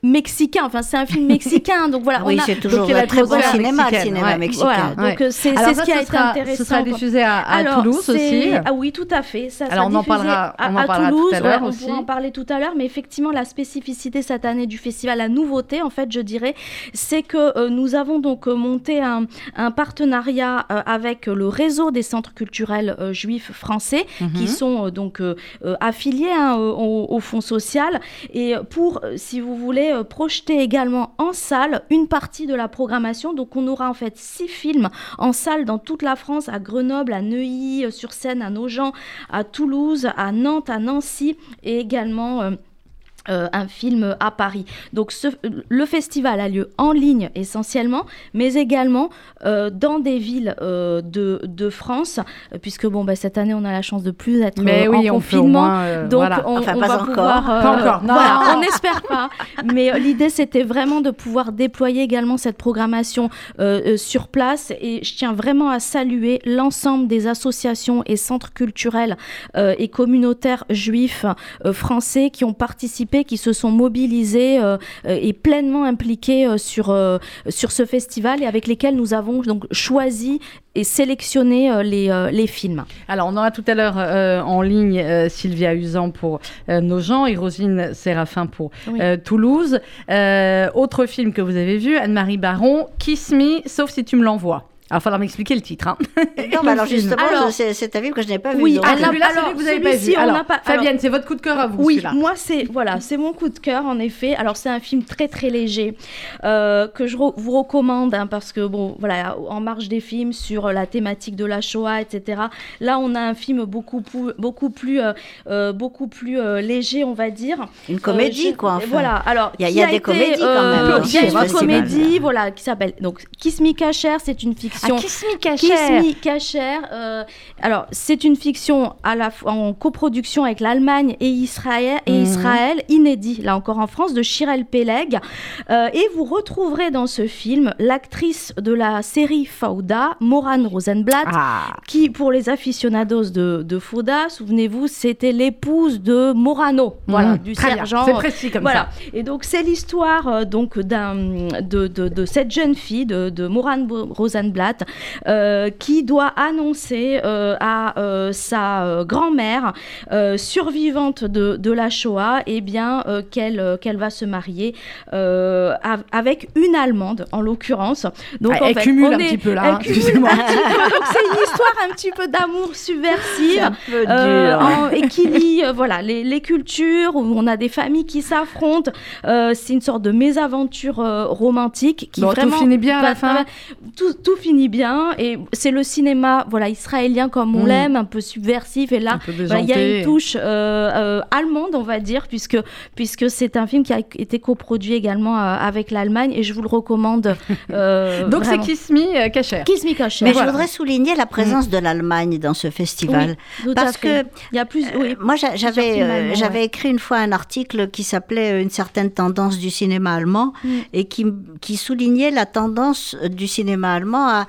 mexicain, enfin c'est un film mexicain, donc voilà. Oui, on a, c'est toujours un très bon cinéma, mexicaine, le cinéma ouais. mexicain. Voilà, donc ouais. c'est, Alors c'est ça, ce qui a ce été sera, intéressant. Ce sera diffusé à, à Alors, Toulouse c'est... aussi. Ah oui, tout à fait. Ça Alors sera on en diffusé parlera, à, on en à parlera Toulouse. tout à l'heure ouais, aussi. On pourra en parler tout à l'heure, mais effectivement la spécificité cette année du festival, la nouveauté en fait, je dirais, c'est que euh, nous avons donc euh, monté un, un partenariat euh, avec le réseau des centres culturels euh, juifs français, mm-hmm. qui sont euh, donc euh, euh, affiliés hein, au, au Fonds social, et pour, euh, si vous voulez, euh, projeter également en salle une partie de la programmation. Donc on aura en fait six films en salle dans toute la France, à Grenoble, à Neuilly-sur-Seine, à Nogent, à Toulouse, à Nantes, à Nancy, et également euh, Euh, un film à Paris. Donc ce, le festival a lieu en ligne essentiellement, mais également euh, dans des villes euh, de, de France, euh, puisque bon, bah, cette année on a la chance de plus être mais euh, oui, en on confinement, moins, euh, donc voilà. on, enfin, on pas va encore. pouvoir... Euh, pas encore, non. Voilà, on n'espère pas, mais euh, l'idée c'était vraiment de pouvoir déployer également cette programmation euh, euh, sur place, et je tiens vraiment à saluer l'ensemble des associations et centres culturels euh, et communautaires juifs euh, français qui ont participé, qui se sont mobilisés euh, et pleinement impliqués euh, sur, euh, sur ce festival, et avec lesquels nous avons donc choisi et sélectionné euh, les, euh, les films. Alors, on aura tout à l'heure euh, en ligne euh, Sylvia Usan pour euh, Nogent et Rosine Séraphin pour Oui. euh, Toulouse. Euh, autre film que vous avez vu, Anne-Marie Baron, Kiss Me, sauf si tu me l'envoies. Alors, il va falloir m'expliquer le titre. Hein. Non, mais alors film. justement, Alors, je- c'est, c'est un film que je n'ai pas vu. oui, donc, Ah, euh, celui-là, alors, celui que vous n'avez pas celui-ci, vu. on Alors, n'a pas- Fabienne, alors- c'est votre coup de cœur à vous, Oui, celui-là. moi c'est voilà, c'est mon coup de cœur en effet. Alors c'est un film très très léger euh, que je re- vous recommande hein, parce que bon voilà, en marge des films sur la thématique de la Shoah, et cetera. Là on a un film beaucoup plus beaucoup plus euh, euh, beaucoup plus euh, léger, on va dire. Une comédie, Euh, je- quoi. Enfin. Voilà. Alors Il y a- qui il y a a des été, comédies, quand même, euh, dans Il y a ce une festival. comédie, voilà, qui s'appelle donc Kiss Me Kasher. C'est une fiction. Ah, Kiss Me Kiss Kasher. Me Kasher. Euh, alors, c'est une fiction à la fois en coproduction avec l'Allemagne et Israël, et Mhm. Israël, inédit, là encore en France, de Shirel Peleg. Euh, et vous retrouverez dans ce film l'actrice de la série Fauda, Moran Rosenblatt, Ah, qui, pour les aficionados de, de Fauda, souvenez-vous, c'était l'épouse de Morano, voilà, mmh, du très bien. sergent. C'est précis comme Voilà. ça. Et donc, c'est l'histoire euh, donc d'un, de, de, de cette jeune fille, de, de Moran Rosenblatt, euh, qui doit annoncer euh, à euh, sa euh, grand-mère, euh, survivante de, de la Shoah, eh bien, euh, qu'elle, euh, qu'elle va se marier euh, av- avec une Allemande, en l'occurrence. Donc, Ah, en elle fait, cumule on un est- petit peu là, elle hein, cumule excusez-moi. un petit peu. Donc, c'est une histoire un petit peu d'amour subversive. C'est un peu Euh, dur. en- et qui lie euh, voilà, les, les cultures, où on a des familles qui s'affrontent. Euh, c'est une sorte de mésaventure euh, romantique qui Bon, tout vraiment finit bien à va la fin. travers- tout, tout finit bien, et c'est le cinéma voilà, israélien comme on Mm. l'aime, un peu subversif, et là Un peu voilà, il y a déjanté. une touche euh, euh, allemande, on va dire, puisque, puisque c'est un film qui a été coproduit également euh, avec l'Allemagne, et je vous le recommande. euh, Donc, c'est vraiment. Kiss Me euh, Kasher. Kiss Me Kasher. Mais Voilà. je voudrais souligner la présence de l'Allemagne dans ce festival. Oui, tout à Parce fait. que Il y a plus. Oui. Euh, moi, j'a- j'avais, films euh, allemands, j'avais ouais. écrit une fois un article qui s'appelait euh, Une certaine tendance du cinéma allemand Mm. et qui, qui soulignait la tendance euh, du cinéma allemand à,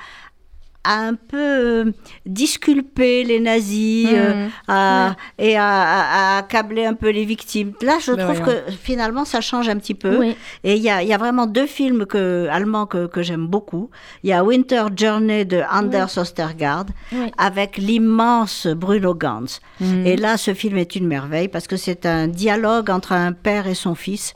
à un peu euh, disculper les nazis euh, Mm. à- et à, à- à accabler un peu les victimes. Là, je Ben trouve voyons. que finalement, ça change un petit peu. Oui. Et il y a, il y a vraiment deux films que, allemands que, que j'aime beaucoup. Il y a Winter Journey de Anders Ostergaard Oui. avec l'immense Bruno Ganz. Mm. Et là, ce film est une merveille parce que c'est un dialogue entre un père et son fils.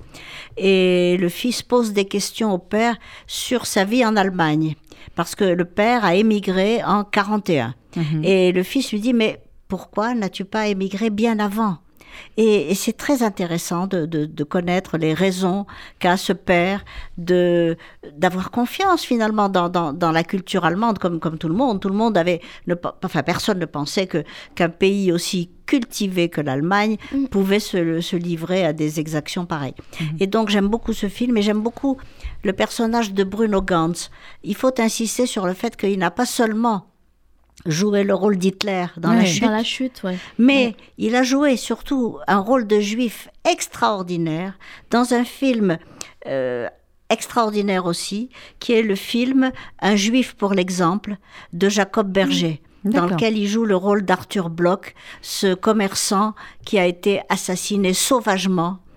Et le fils pose des questions au père sur sa vie en Allemagne. Parce que le père a émigré en quarante et un. Mhm. Et le fils lui dit, mais pourquoi n'as-tu pas émigré bien avant ? Et, et c'est très intéressant de, de, de connaître les raisons qu'a ce père de, d'avoir confiance finalement dans, dans, dans la culture allemande, comme, comme tout le monde. Tout le monde avait, ne, enfin personne ne pensait que, qu'un pays aussi cultivé que l'Allemagne Mm. pouvait se, se livrer à des exactions pareilles. Mm. Et donc j'aime beaucoup ce film et j'aime beaucoup le personnage de Bruno Ganz. Il faut insister sur le fait qu'il n'a pas seulement joué le rôle d'Hitler dans Ouais. la chute, Dans la chute, ouais. mais Ouais. il a joué surtout un rôle de juif extraordinaire dans un film euh, extraordinaire aussi, qui est le film Un juif pour l'exemple de Jacob Berger, dans D'accord. lequel il joue le rôle d'Arthur Bloch, ce commerçant qui a été assassiné sauvagement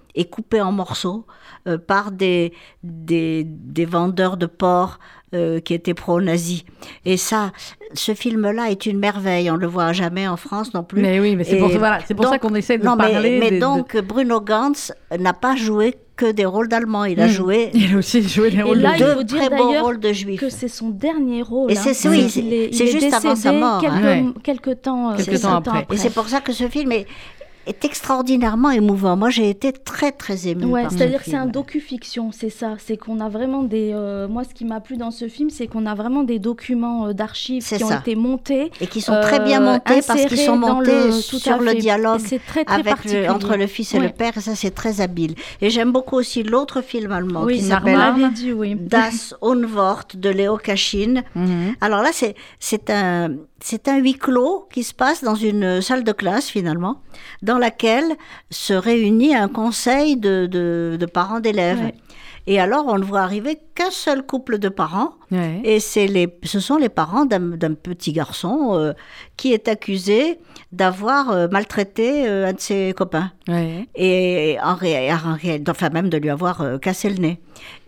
et coupé en morceaux euh, par des, des, des vendeurs de porc euh, qui étaient pro-nazis. Et ça, ce film-là est une merveille. On ne le voit jamais en France non plus. Mais oui, mais c'est et pour, voilà, c'est pour donc, ça qu'on essaie de non, parler. Mais, mais des, donc, de... Bruno Ganz n'a pas joué que des rôles d'Allemands. Il a mmh. joué... Il a aussi joué des rôles là, de il faut dire très beaux rôles de Juifs. Que c'est son dernier rôle. Et c'est, hein. oui, il c'est, est, c'est il juste est avant sa mort. Quelques, Hein. quelques temps, quelques temps après. après. Et c'est pour ça que ce film est... est extraordinairement émouvant. Moi, j'ai été très, très émue ouais, par c'est-à-dire ce que film. c'est un docu-fiction, c'est ça. C'est qu'on a vraiment des... Euh, moi, ce qui m'a plu dans ce film, c'est qu'on a vraiment des documents euh, d'archives c'est qui ça. ont été montés. Et qui sont très bien montés parce qu'ils sont montés le, sur le dialogue très, très avec le, entre le fils et ouais. le père. Et ça, c'est très habile. Et j'aime beaucoup aussi l'autre film allemand oui, qui s'appelle dit, oui. Das Unwort de Leo Cachine. Mm-hmm. Alors là, c'est, c'est un... C'est un huis clos qui se passe dans une salle de classe, finalement, dans laquelle se réunit un conseil de, de, de parents d'élèves. Ouais. Et alors, on ne voit arriver qu'un seul couple de parents, ouais. et c'est les, ce sont les parents d'un, d'un petit garçon euh, qui est accusé d'avoir euh, maltraité euh, un de ses copains, ouais. et en réel, en réel, enfin même de lui avoir euh, cassé le nez.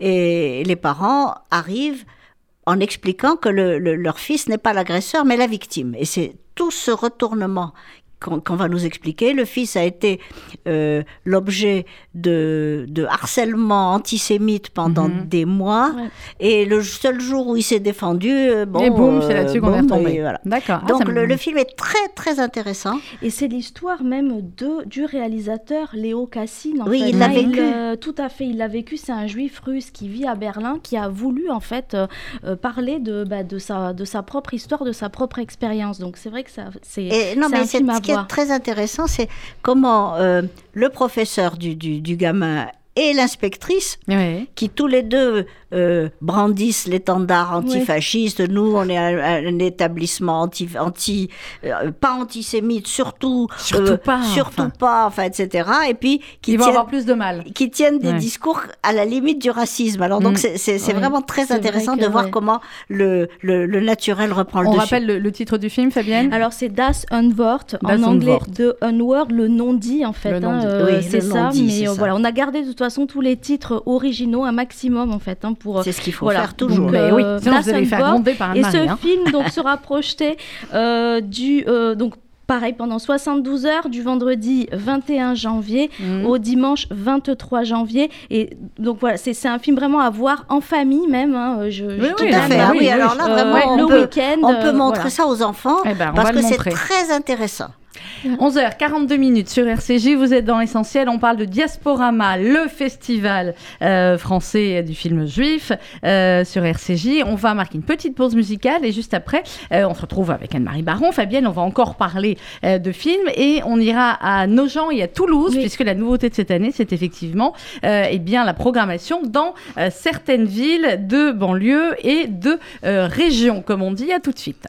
Et les parents arrivent en expliquant que le, le, leur fils n'est pas l'agresseur, mais la victime. Et c'est tout ce retournement qu'on, qu'on va nous expliquer. Le fils a été euh, l'objet de, de harcèlement antisémite pendant mm-hmm. des mois, ouais. et le seul jour où il s'est défendu, euh, bon, et boum, c'est là-dessus euh, qu'on est retombé. Voilà. D'accord. Donc ah, le, le film est très, très intéressant. Et c'est l'histoire même de, du réalisateur Léo Cachine. En oui, fait. il l'a vécu. Il, euh, tout à fait, il l'a vécu. C'est un juif russe qui vit à Berlin, qui a voulu en fait euh, euh, parler de, bah, de, sa, de sa propre histoire, de sa propre expérience. Donc c'est vrai que ça, c'est, et, non, c'est mais un c'est, film à ce qui voir. est très intéressant, c'est comment euh, le professeur du, du, du gamin et l'inspectrice, oui. qui tous les deux euh, brandissent l'étendard antifasciste. Oui. Nous, on est un, un établissement anti, anti euh, pas antisémite, surtout, surtout euh, pas, surtout enfin. pas, enfin, et cetera. Et puis qui ils vont tiennent, avoir plus de mal, qui tiennent des ouais. discours à la limite du racisme. Alors donc, mmh. c'est, c'est, c'est oui. vraiment très c'est intéressant de voir ouais. comment le, le, le naturel reprend le on dessus. On rappelle le, le titre du film, Fabienne. Alors c'est Das Unwort, en das anglais, Unwort. de Unword, le non-dit en fait. Le non-dit. Hein, euh, oui, c'est le ça, non-dit, mais c'est euh, ça. voilà, on a gardé de toute façon tous les titres originaux un maximum en fait hein, pour. C'est ce qu'il faut voilà. faire toujours. Donc, mais oui, sinon vous allez faire gronder par un Et mari, ce hein. film donc sera projeté euh, du euh, donc. Pareil, pendant soixante-douze heures, du vendredi vingt et un janvier mmh. au dimanche vingt-trois janvier. Et donc voilà, c'est, c'est un film vraiment à voir en famille même. Hein. Je, oui, je tout à fait. Ah oui, oui, alors là, vraiment, euh, on, le peut, week-end, on peut montrer voilà. ça aux enfants eh ben, parce que c'est montrer. très intéressant. onze heures quarante-deux minutes sur R C J, vous êtes dans l'essentiel, on parle de Diasporama, le festival euh, français du film juif euh, sur R C J. On va marquer une petite pause musicale et juste après, euh, on se retrouve avec Anne-Marie Baron. Fabienne, on va encore parler euh, de films et on ira à Nogent et à Toulouse, oui. puisque la nouveauté de cette année, c'est effectivement euh, eh bien, la programmation dans euh, certaines villes de banlieue et de euh, régions, comme on dit. À tout de suite.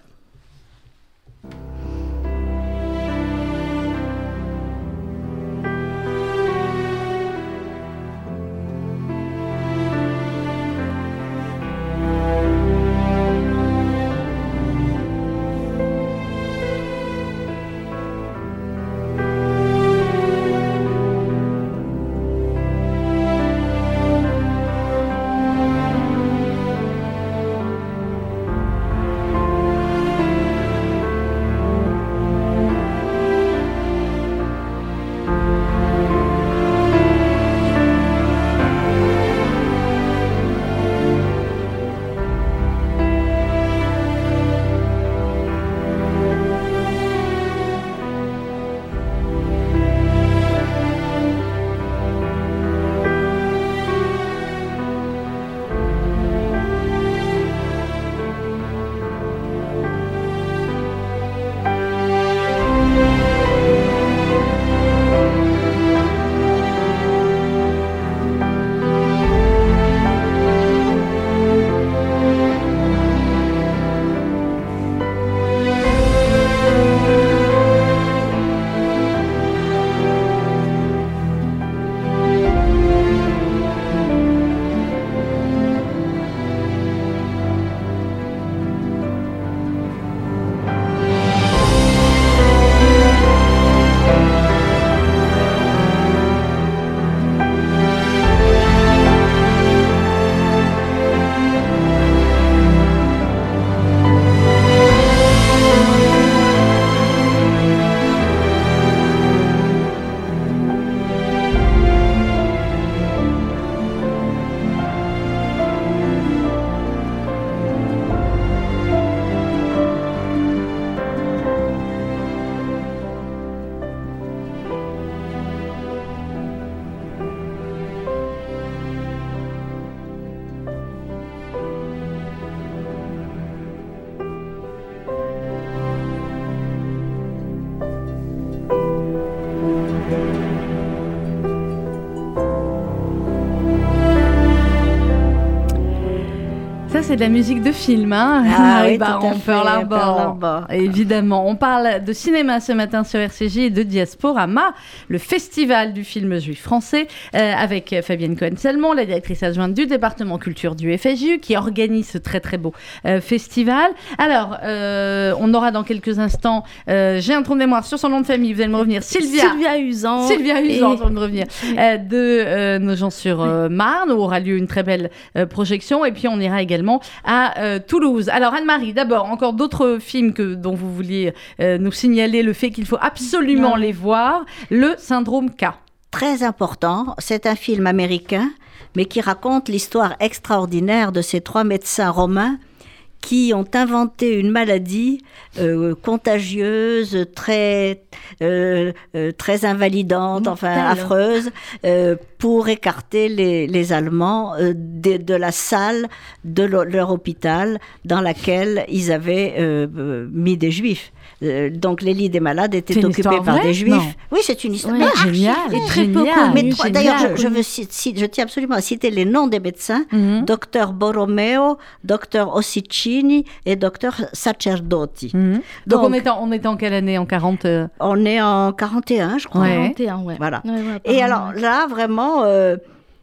c'est de la musique de film, hein. Ah oui, Baron, tout à fait, Pearl Harbor. Pearl Harbor. Évidemment, on parle de cinéma ce matin sur R C J et de Diasporama, le festival du film juif français, euh, avec Fabienne Cohen-Salmon, la directrice adjointe du département culture du F S J U, qui organise ce très très beau euh, festival. Alors, euh, on aura dans quelques instants, euh, j'ai un trou de mémoire sur son nom de famille, vous allez me revenir, Sylvia. Sylvia Usan. Sylvia Usan, et... ça va me revenir, euh, de euh, Nogent-sur-Marne, où aura lieu une très belle euh, projection. Et puis, on ira également à euh, Toulouse. Alors, Anne-Marie, d'abord, encore d'autres films que, dont vous vouliez euh, nous signaler le fait qu'il faut absolument ouais. les voir. Le Syndrome K. Très important. C'est un film américain, mais qui raconte l'histoire extraordinaire de ces trois médecins romains qui ont inventé une maladie euh, contagieuse, très, euh, euh, très invalidante, enfin affreuse, euh, pour écarter les, les Allemands euh, de, de la salle de leur hôpital dans laquelle ils avaient euh, mis des Juifs. Euh, donc les lits des malades étaient occupés par vraie? des Juifs. Non. Oui, c'est une histoire Ouais, génial, et très peu connue. D'ailleurs, je, je, veux citer, je tiens absolument à citer les noms des médecins. Mm-hmm. Docteur Borromeo, Docteur Ossicini et Docteur Sacerdoti. Mm-hmm. Donc, donc on, est en, on est en quelle année? En quarante euh... On est en quarante et un, je crois. Ouais. quarante et un, ouais. Voilà. Ouais, ouais, et alors là, vraiment... Euh,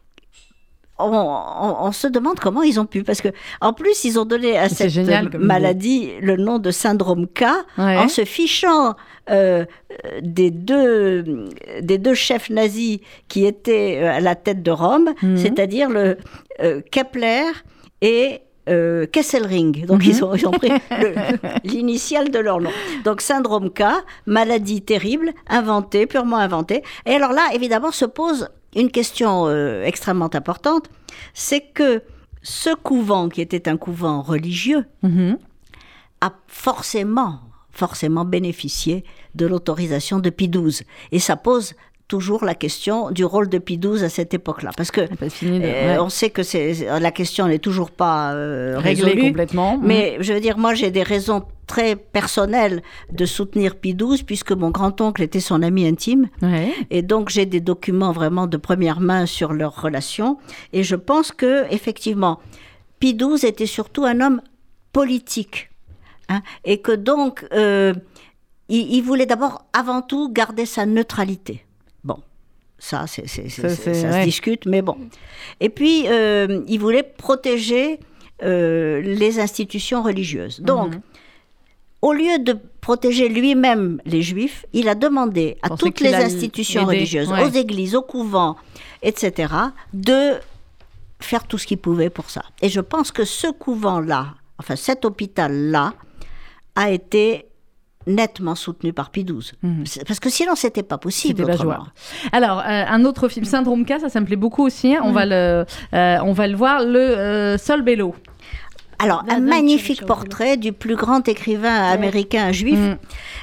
On, on, on se demande comment ils ont pu, parce que en plus ils ont donné à cette génial, maladie idée. Le nom de syndrome K, ouais. en se fichant euh, des deux des deux chefs nazis qui étaient à la tête de Rome, mm-hmm. c'est-à-dire le euh, Kepler et Euh, Kesselring, donc mm-hmm. ils, ont, ils ont pris le, l'initiale de leur nom. Donc syndrome K, maladie terrible, inventée, purement inventée. Et alors là, évidemment, se pose une question euh, extrêmement importante, c'est que ce couvent, qui était un couvent religieux, mm-hmm. a forcément, forcément bénéficié de l'autorisation de Pie douze. Et ça pose toujours la question du rôle de Pie douze à cette époque-là. Parce que de, euh, ouais. on sait que c'est, la question n'est toujours pas euh, réglée résolue, complètement. Mais mmh. je veux dire, moi, j'ai des raisons très personnelles de soutenir Pie douze, puisque mon grand-oncle était son ami intime. Ouais. Et donc, j'ai des documents vraiment de première main sur leur relation. Et je pense que, effectivement, Pie douze était surtout un homme politique. Hein, et que donc, euh, il, il voulait d'abord, avant tout, garder sa neutralité. Bon, ça, c'est, c'est, c'est, ça, c'est, ça ouais. se discute, mais bon. Et puis, euh, il voulait protéger euh, les institutions religieuses. Donc, mm-hmm. au lieu de protéger lui-même les Juifs, il a demandé à toutes les institutions aidé. religieuses, ouais. aux églises, aux couvents, et cetera, de faire tout ce qu'ils pouvaient pour ça. Et je pense que ce couvent-là, enfin cet hôpital-là, a été nettement soutenu par Pie douze. Mmh. Parce que sinon, c'était pas possible. C'était pas Alors, euh, un autre film, Syndrome K, ça, ça me plaît beaucoup aussi. Hein. Mmh. On, va le, euh, on va le voir, le euh, Sol Bello. Alors, un magnifique portrait du plus grand écrivain ouais. américain juif. Mmh.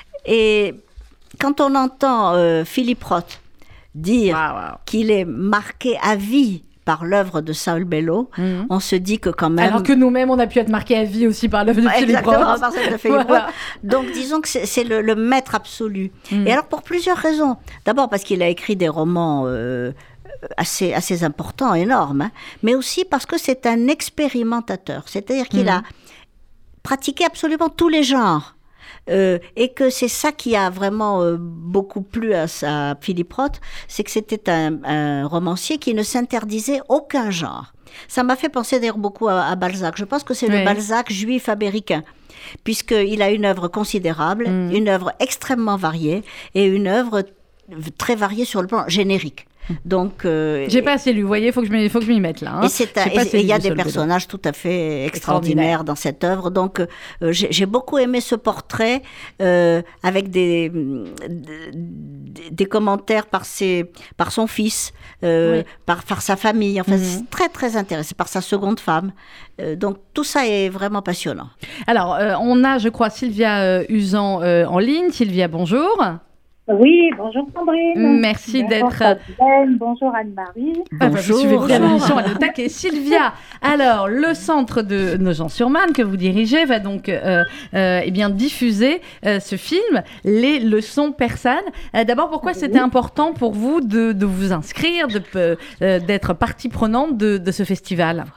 Et quand on entend euh, Philippe Roth dire wow, wow. qu'il est marqué à vie par l'œuvre de Saul Bellow, mmh. on se dit que quand même... Alors que nous-mêmes, on a pu être marqués à vie aussi par l'œuvre de Philippe Roth. Exactement, par celle de Philippe voilà. Roth. Donc, disons que c'est, c'est le, le maître absolu. Mmh. Et alors, pour plusieurs raisons. D'abord, parce qu'il a écrit des romans euh, assez, assez importants, énormes, hein, mais aussi parce que c'est un expérimentateur. C'est-à-dire qu'il mmh. a pratiqué absolument tous les genres. Euh, et que c'est ça qui a vraiment euh, beaucoup plu à, à Philippe Roth, c'est que c'était un, un romancier qui ne s'interdisait aucun genre. Ça m'a fait penser d'ailleurs beaucoup à, à Balzac. Je pense que c'est oui. le Balzac juif américain, puisqu'il a une œuvre considérable, mmh. une œuvre extrêmement variée et une œuvre très variée sur le plan générique. Donc, euh, j'ai pas assez lu, vous voyez, il faut que je m'y, faut que je m'y mette là. Hein. Et c'est il y a des personnages tout à fait extraordinaires dans cette œuvre. Donc, euh, j'ai, j'ai beaucoup aimé ce portrait euh, avec des, des, des commentaires par, ses, par son fils, euh, oui. par, par sa famille. Enfin, mm-hmm. c'est très, très intéressant, par sa seconde femme. Euh, donc, tout ça est vraiment passionnant. Alors, euh, on a, je crois, Sylvia euh, Usan euh, en ligne. Sylvia, bonjour. Oui, bonjour Sandrine. Merci bonjour d'être... Fabienne, bonjour Anne-Marie. Ah, bah, vous suivez bien l'émission à l'attaque. Et Sylvia, alors, le centre de Nogent-sur-Marne que vous dirigez va donc euh, euh, eh bien, diffuser euh, ce film, Les leçons persanes. Euh, d'abord, pourquoi oui. c'était important pour vous de, de vous inscrire, de, euh, d'être partie prenante de, de ce festival ?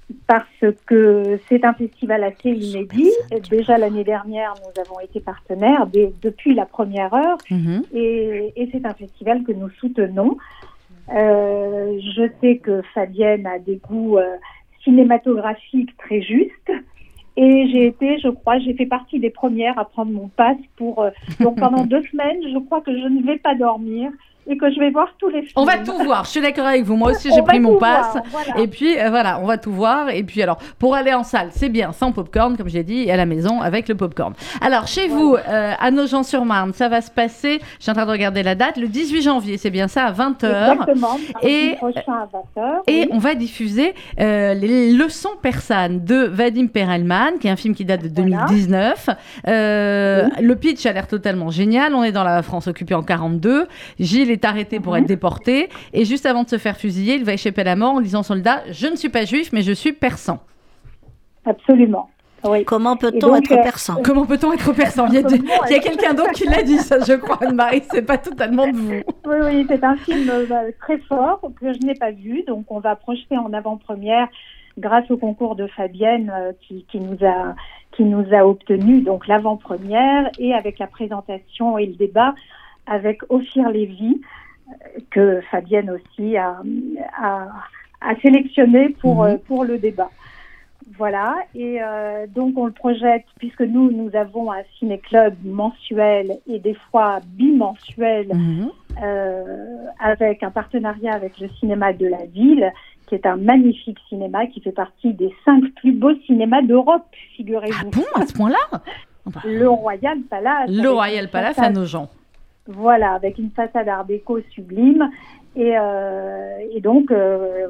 parce que c'est un festival assez inédit. Déjà l'année dernière, nous avons été partenaires dès, depuis la première heure, mmh. et, et c'est un festival que nous soutenons. Euh, je sais que Fabienne a des goûts euh, cinématographiques très justes. Et j'ai été, je crois, j'ai fait partie des premières à prendre mon pass pour... Euh, donc pendant deux semaines, je crois que je ne vais pas dormir et que je vais voir tous les films. On va tout voir, je suis d'accord avec vous. Moi aussi, j'ai pris mon pass. Voir, voilà. Et puis, euh, voilà, on va tout voir. Et puis, alors, pour aller en salle, c'est bien, sans popcorn, comme j'ai dit, et à la maison, avec le popcorn. Alors, chez voilà. vous, euh, à Nogent-sur-Marne, ça va se passer, je suis en train de regarder la date, le dix-huit janvier, c'est bien ça, à vingt heures. Exactement, et, prochain à vingt heures. Et oui. on va diffuser euh, les leçons persanes de Vadim Perelman, qui est un film qui date de deux mille dix-neuf. Voilà. Euh, oui. Le pitch a l'air totalement génial. On est dans la France occupée en quarante-deux. Gilles est arrêté pour mmh. être déporté. Et juste avant de se faire fusiller, il va échapper à la mort en disant au soldat « Je ne suis pas juif, mais je suis persan ». Absolument. Oui. Comment peut-on donc, être persan ? Comment peut-on être persan ? Il y a, du, il y a quelqu'un d'autre qui l'a dit, ça, je crois, Anne-Marie. C'est pas totalement de vous. Oui, oui, c'est un film euh, très fort que je n'ai pas vu. Donc, on va projeter en avant-première grâce au concours de Fabienne euh, qui, qui nous a qui nous a obtenu donc l'avant-première, et avec la présentation et le débat avec Ophir Lévy, euh, que Fabienne aussi a, a, a sélectionné pour, mmh. euh, pour le débat. Voilà, et euh, donc on le projette, puisque nous, nous avons un ciné-club mensuel et des fois bimensuel, mmh. euh, avec un partenariat avec le cinéma de la ville, qui est un magnifique cinéma qui fait partie des cinq plus beaux cinémas d'Europe, figurez-vous. Ah bon, à ce point-là ? Le Royal Palace. Le Royal Palace à Nogent. Voilà, avec une façade art déco sublime. Et, euh, et donc, euh,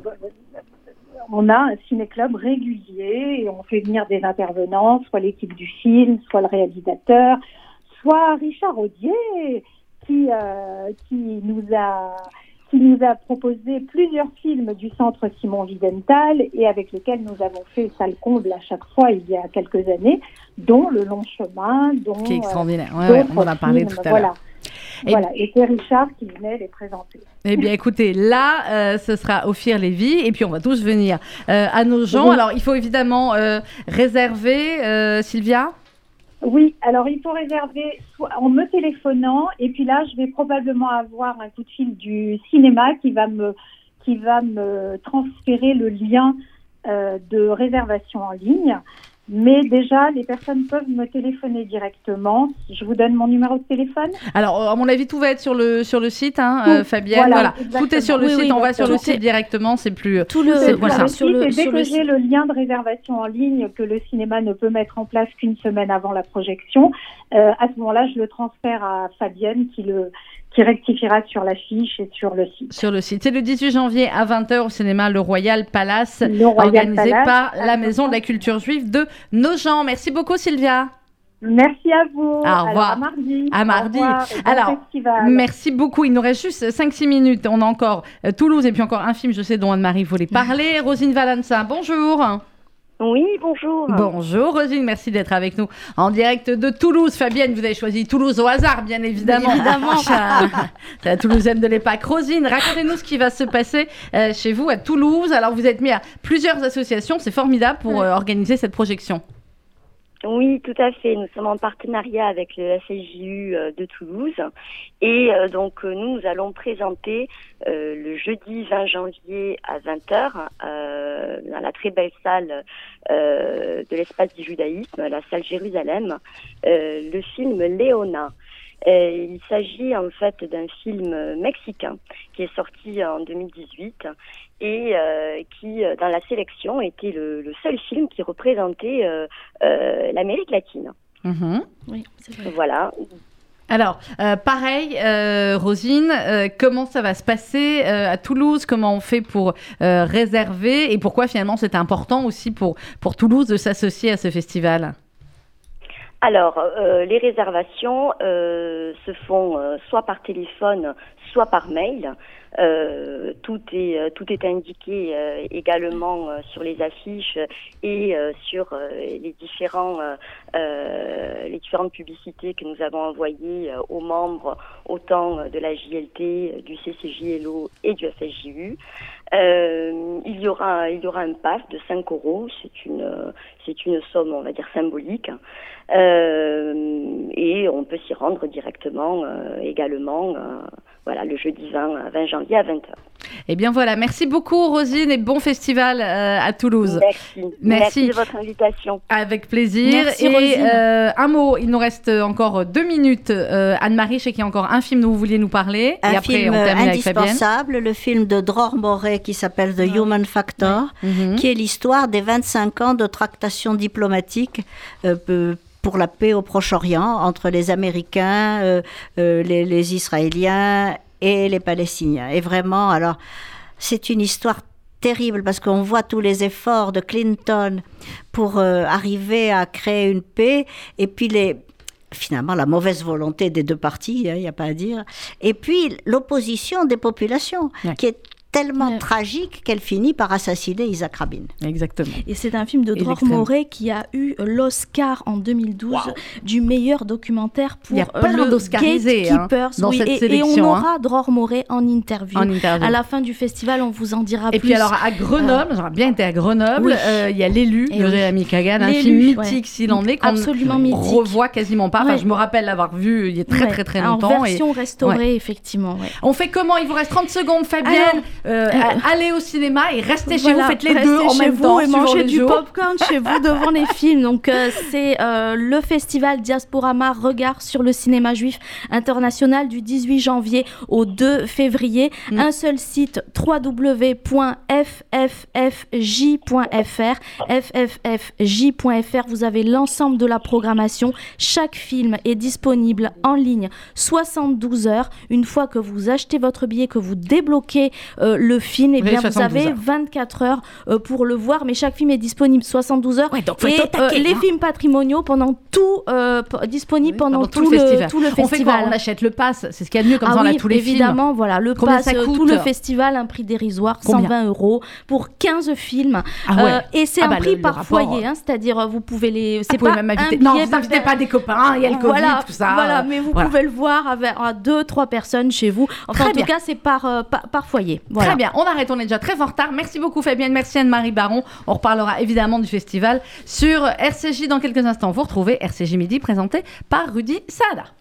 on a un ciné-club régulier et on fait venir des intervenants, soit l'équipe du film, soit le réalisateur, soit Richard Audier, qui, euh, qui nous a... qui nous a proposé plusieurs films du centre Simon Wiesenthal et avec lesquels nous avons fait salle comble à chaque fois il y a quelques années, dont Le Long Chemin, dont... Qui est extraordinaire, ouais, ouais, on en a parlé films, tout à voilà. l'heure. Et voilà, et c'est Richard qui venait les présenter. Eh bien, écoutez, là, euh, ce sera Ophir Lévy, et puis on va tous venir euh, à Nogent. Oui. Alors, il faut évidemment euh, réserver, euh, Sylvia ? Oui, alors il faut réserver soit en me téléphonant, et puis là, je vais probablement avoir un coup de fil du cinéma qui va me, qui va me transférer le lien euh, de réservation en ligne. Mais déjà, les personnes peuvent me téléphoner directement. Je vous donne mon numéro de téléphone. Alors, à mon avis, tout va être sur le, sur le site, hein, euh, Fabienne. Voilà, voilà. Tout est sur le oui, site. Oui, on va sur le site est... directement. C'est plus. Tout le. C'est, voilà. Le sur le, dès sur que le j'ai le lien de réservation en ligne que le cinéma ne peut mettre en place qu'une semaine avant la projection, euh, à ce moment-là, je le transfère à Fabienne qui le. qui rectifiera sur l'affiche et sur le site. Sur le site. C'est le dix-huit janvier à vingt heures au cinéma Le Royal Palace, le Royal organisé Palace, par la Maison de la Culture Juive de Nogent. Merci beaucoup, Sylvia. Merci à vous. Au revoir. Alors, à mardi. À mardi. Au revoir, Alors, festival. Merci beaucoup. Il nous reste juste cinq six minutes. On a encore euh, Toulouse et puis encore un film, je sais, dont Anne-Marie voulait parler. Rosine Valença, bonjour. Oui, bonjour. Bonjour Rosine, merci d'être avec nous en direct de Toulouse. Fabienne, vous avez choisi Toulouse au hasard, bien évidemment. Évidemment. La Toulousaine de l'époque. Rosine, racontez-nous ce qui va se passer euh, chez vous à Toulouse. Alors, vous êtes mis à plusieurs associations, c'est formidable pour euh, organiser cette projection. Oui, tout à fait. Nous sommes en partenariat avec le S C J U de Toulouse et euh, donc nous, nous allons présenter euh, le jeudi vingt janvier à vingt heures euh, dans la très belle salle euh, de l'espace du judaïsme, la salle Jérusalem, euh, le film Léona. Euh, il s'agit en fait d'un film mexicain qui est sorti en deux mille dix-huit et euh, qui, dans la sélection, était le, le seul film qui représentait euh, euh, l'Amérique latine. Mmh. Oui, c'est vrai. Voilà. Alors, euh, pareil, euh, Rosine, euh, comment ça va se passer euh, à Toulouse ? Comment on fait pour euh, réserver ? Et pourquoi finalement c'est important aussi pour, pour Toulouse de s'associer à ce festival ? Alors, euh, les réservations euh, se font euh, soit par téléphone, soit par mail. Euh, tout est euh, tout est indiqué euh, également euh, sur les affiches et euh, sur euh, les différents euh, euh, les différentes publicités que nous avons envoyées euh, aux membres autant de la J L T, du C C J L O et du F S J U. Euh, il y aura il y aura un pass de cinq euros, c'est une c'est une somme, on va dire, symbolique, euh, et on peut s'y rendre directement euh, également, euh, voilà, le jeudi vingt janvier à vingt heures. Eh bien voilà, merci beaucoup Rosine et bon festival euh, à Toulouse. Merci. merci. Merci de votre invitation. Avec plaisir. Merci, et euh, un mot, il nous reste encore deux minutes. Euh, Anne-Marie, je sais qu'il y a encore un film dont vous vouliez nous parler. Un et après, film on termine indispensable, avec le film de Dror Moret qui s'appelle The ah. Human Factor, oui. mm-hmm. qui est l'histoire des vingt-cinq ans de tractations diplomatiques euh, pour la paix au Proche-Orient entre les Américains, euh, euh, les, les Israéliens et les Palestiniens. Et vraiment, alors, c'est une histoire terrible parce qu'on voit tous les efforts de Clinton pour euh, arriver à créer une paix, et puis les, finalement la mauvaise volonté des deux parties, il hein, n'y a pas à dire, et puis l'opposition des populations, ouais. qui est tellement ouais. tragique qu'elle finit par assassiner Isaac Rabin. Exactement. Et c'est un film de Dror Moret qui a eu l'Oscar en deux mille douze wow. du meilleur documentaire pour Il y a plein le Gatekeepers hein, dans oui, cette et, sélection. Et on aura hein. Dror Moret en interview. en interview. À la fin du festival, on vous en dira et plus. Et puis alors à Grenoble, euh, j'aurais bien été à Grenoble, oui. euh, il y a L'élu de oui. Rémi Kagan, un film mythique ouais. s'il en est, qu'on absolument mythique. revoit quasiment pas. Enfin, ouais. je me rappelle l'avoir vu il y a très ouais. très très longtemps. En version et... restaurée, ouais. effectivement. Ouais. On fait comment? Il vous reste trente secondes, Fabienne. Euh, allez au cinéma et restez chez voilà, vous, faites les deux en même temps et mangez du popcorn chez vous devant les films. Donc euh, c'est euh, le festival Diasporama Regard sur le cinéma juif international du dix-huit janvier au deux février. Mm. Un seul site, w w w point f f f j point f r. f f f j point f r. Vous avez l'ensemble de la programmation. Chaque film est disponible en ligne soixante-douze heures. Une fois que vous achetez votre billet, que vous débloquez euh, le film, et eh bien vous avez vingt-quatre heures euh, pour le voir, mais chaque film est disponible soixante-douze heures. Ouais, donc et euh, les hein. films patrimoniaux pendant tout euh, p- disponibles oui, pendant, pendant tout, tout, le festival. tout le festival. On fait quoi? On achète le pass, c'est ce qu'il y a de mieux comme ah ça, oui, on a tous les évidemment, films. Évidemment, voilà, le Combien pass, tout le festival, un prix dérisoire, Combien cent vingt euros pour quinze films. Ah ouais. euh, et c'est ah un bah prix le, par le foyer, hein, c'est-à-dire vous pouvez les. C'est ah, pas même un billet. Non, vous n'invitez pas des copains, il y a le Covid, voilà, tout ça. Voilà, mais vous voilà. pouvez le voir avec deux, trois personnes chez vous. Enfin, Très en bien. tout cas, c'est par, euh, par, par foyer. Voilà. Très bien, on arrête, on est déjà très en retard. Merci beaucoup Fabienne, merci Anne-Marie Baron. On reparlera évidemment du festival sur R C J dans quelques instants. Vous retrouvez R C J Midi présenté par Rudy Saada.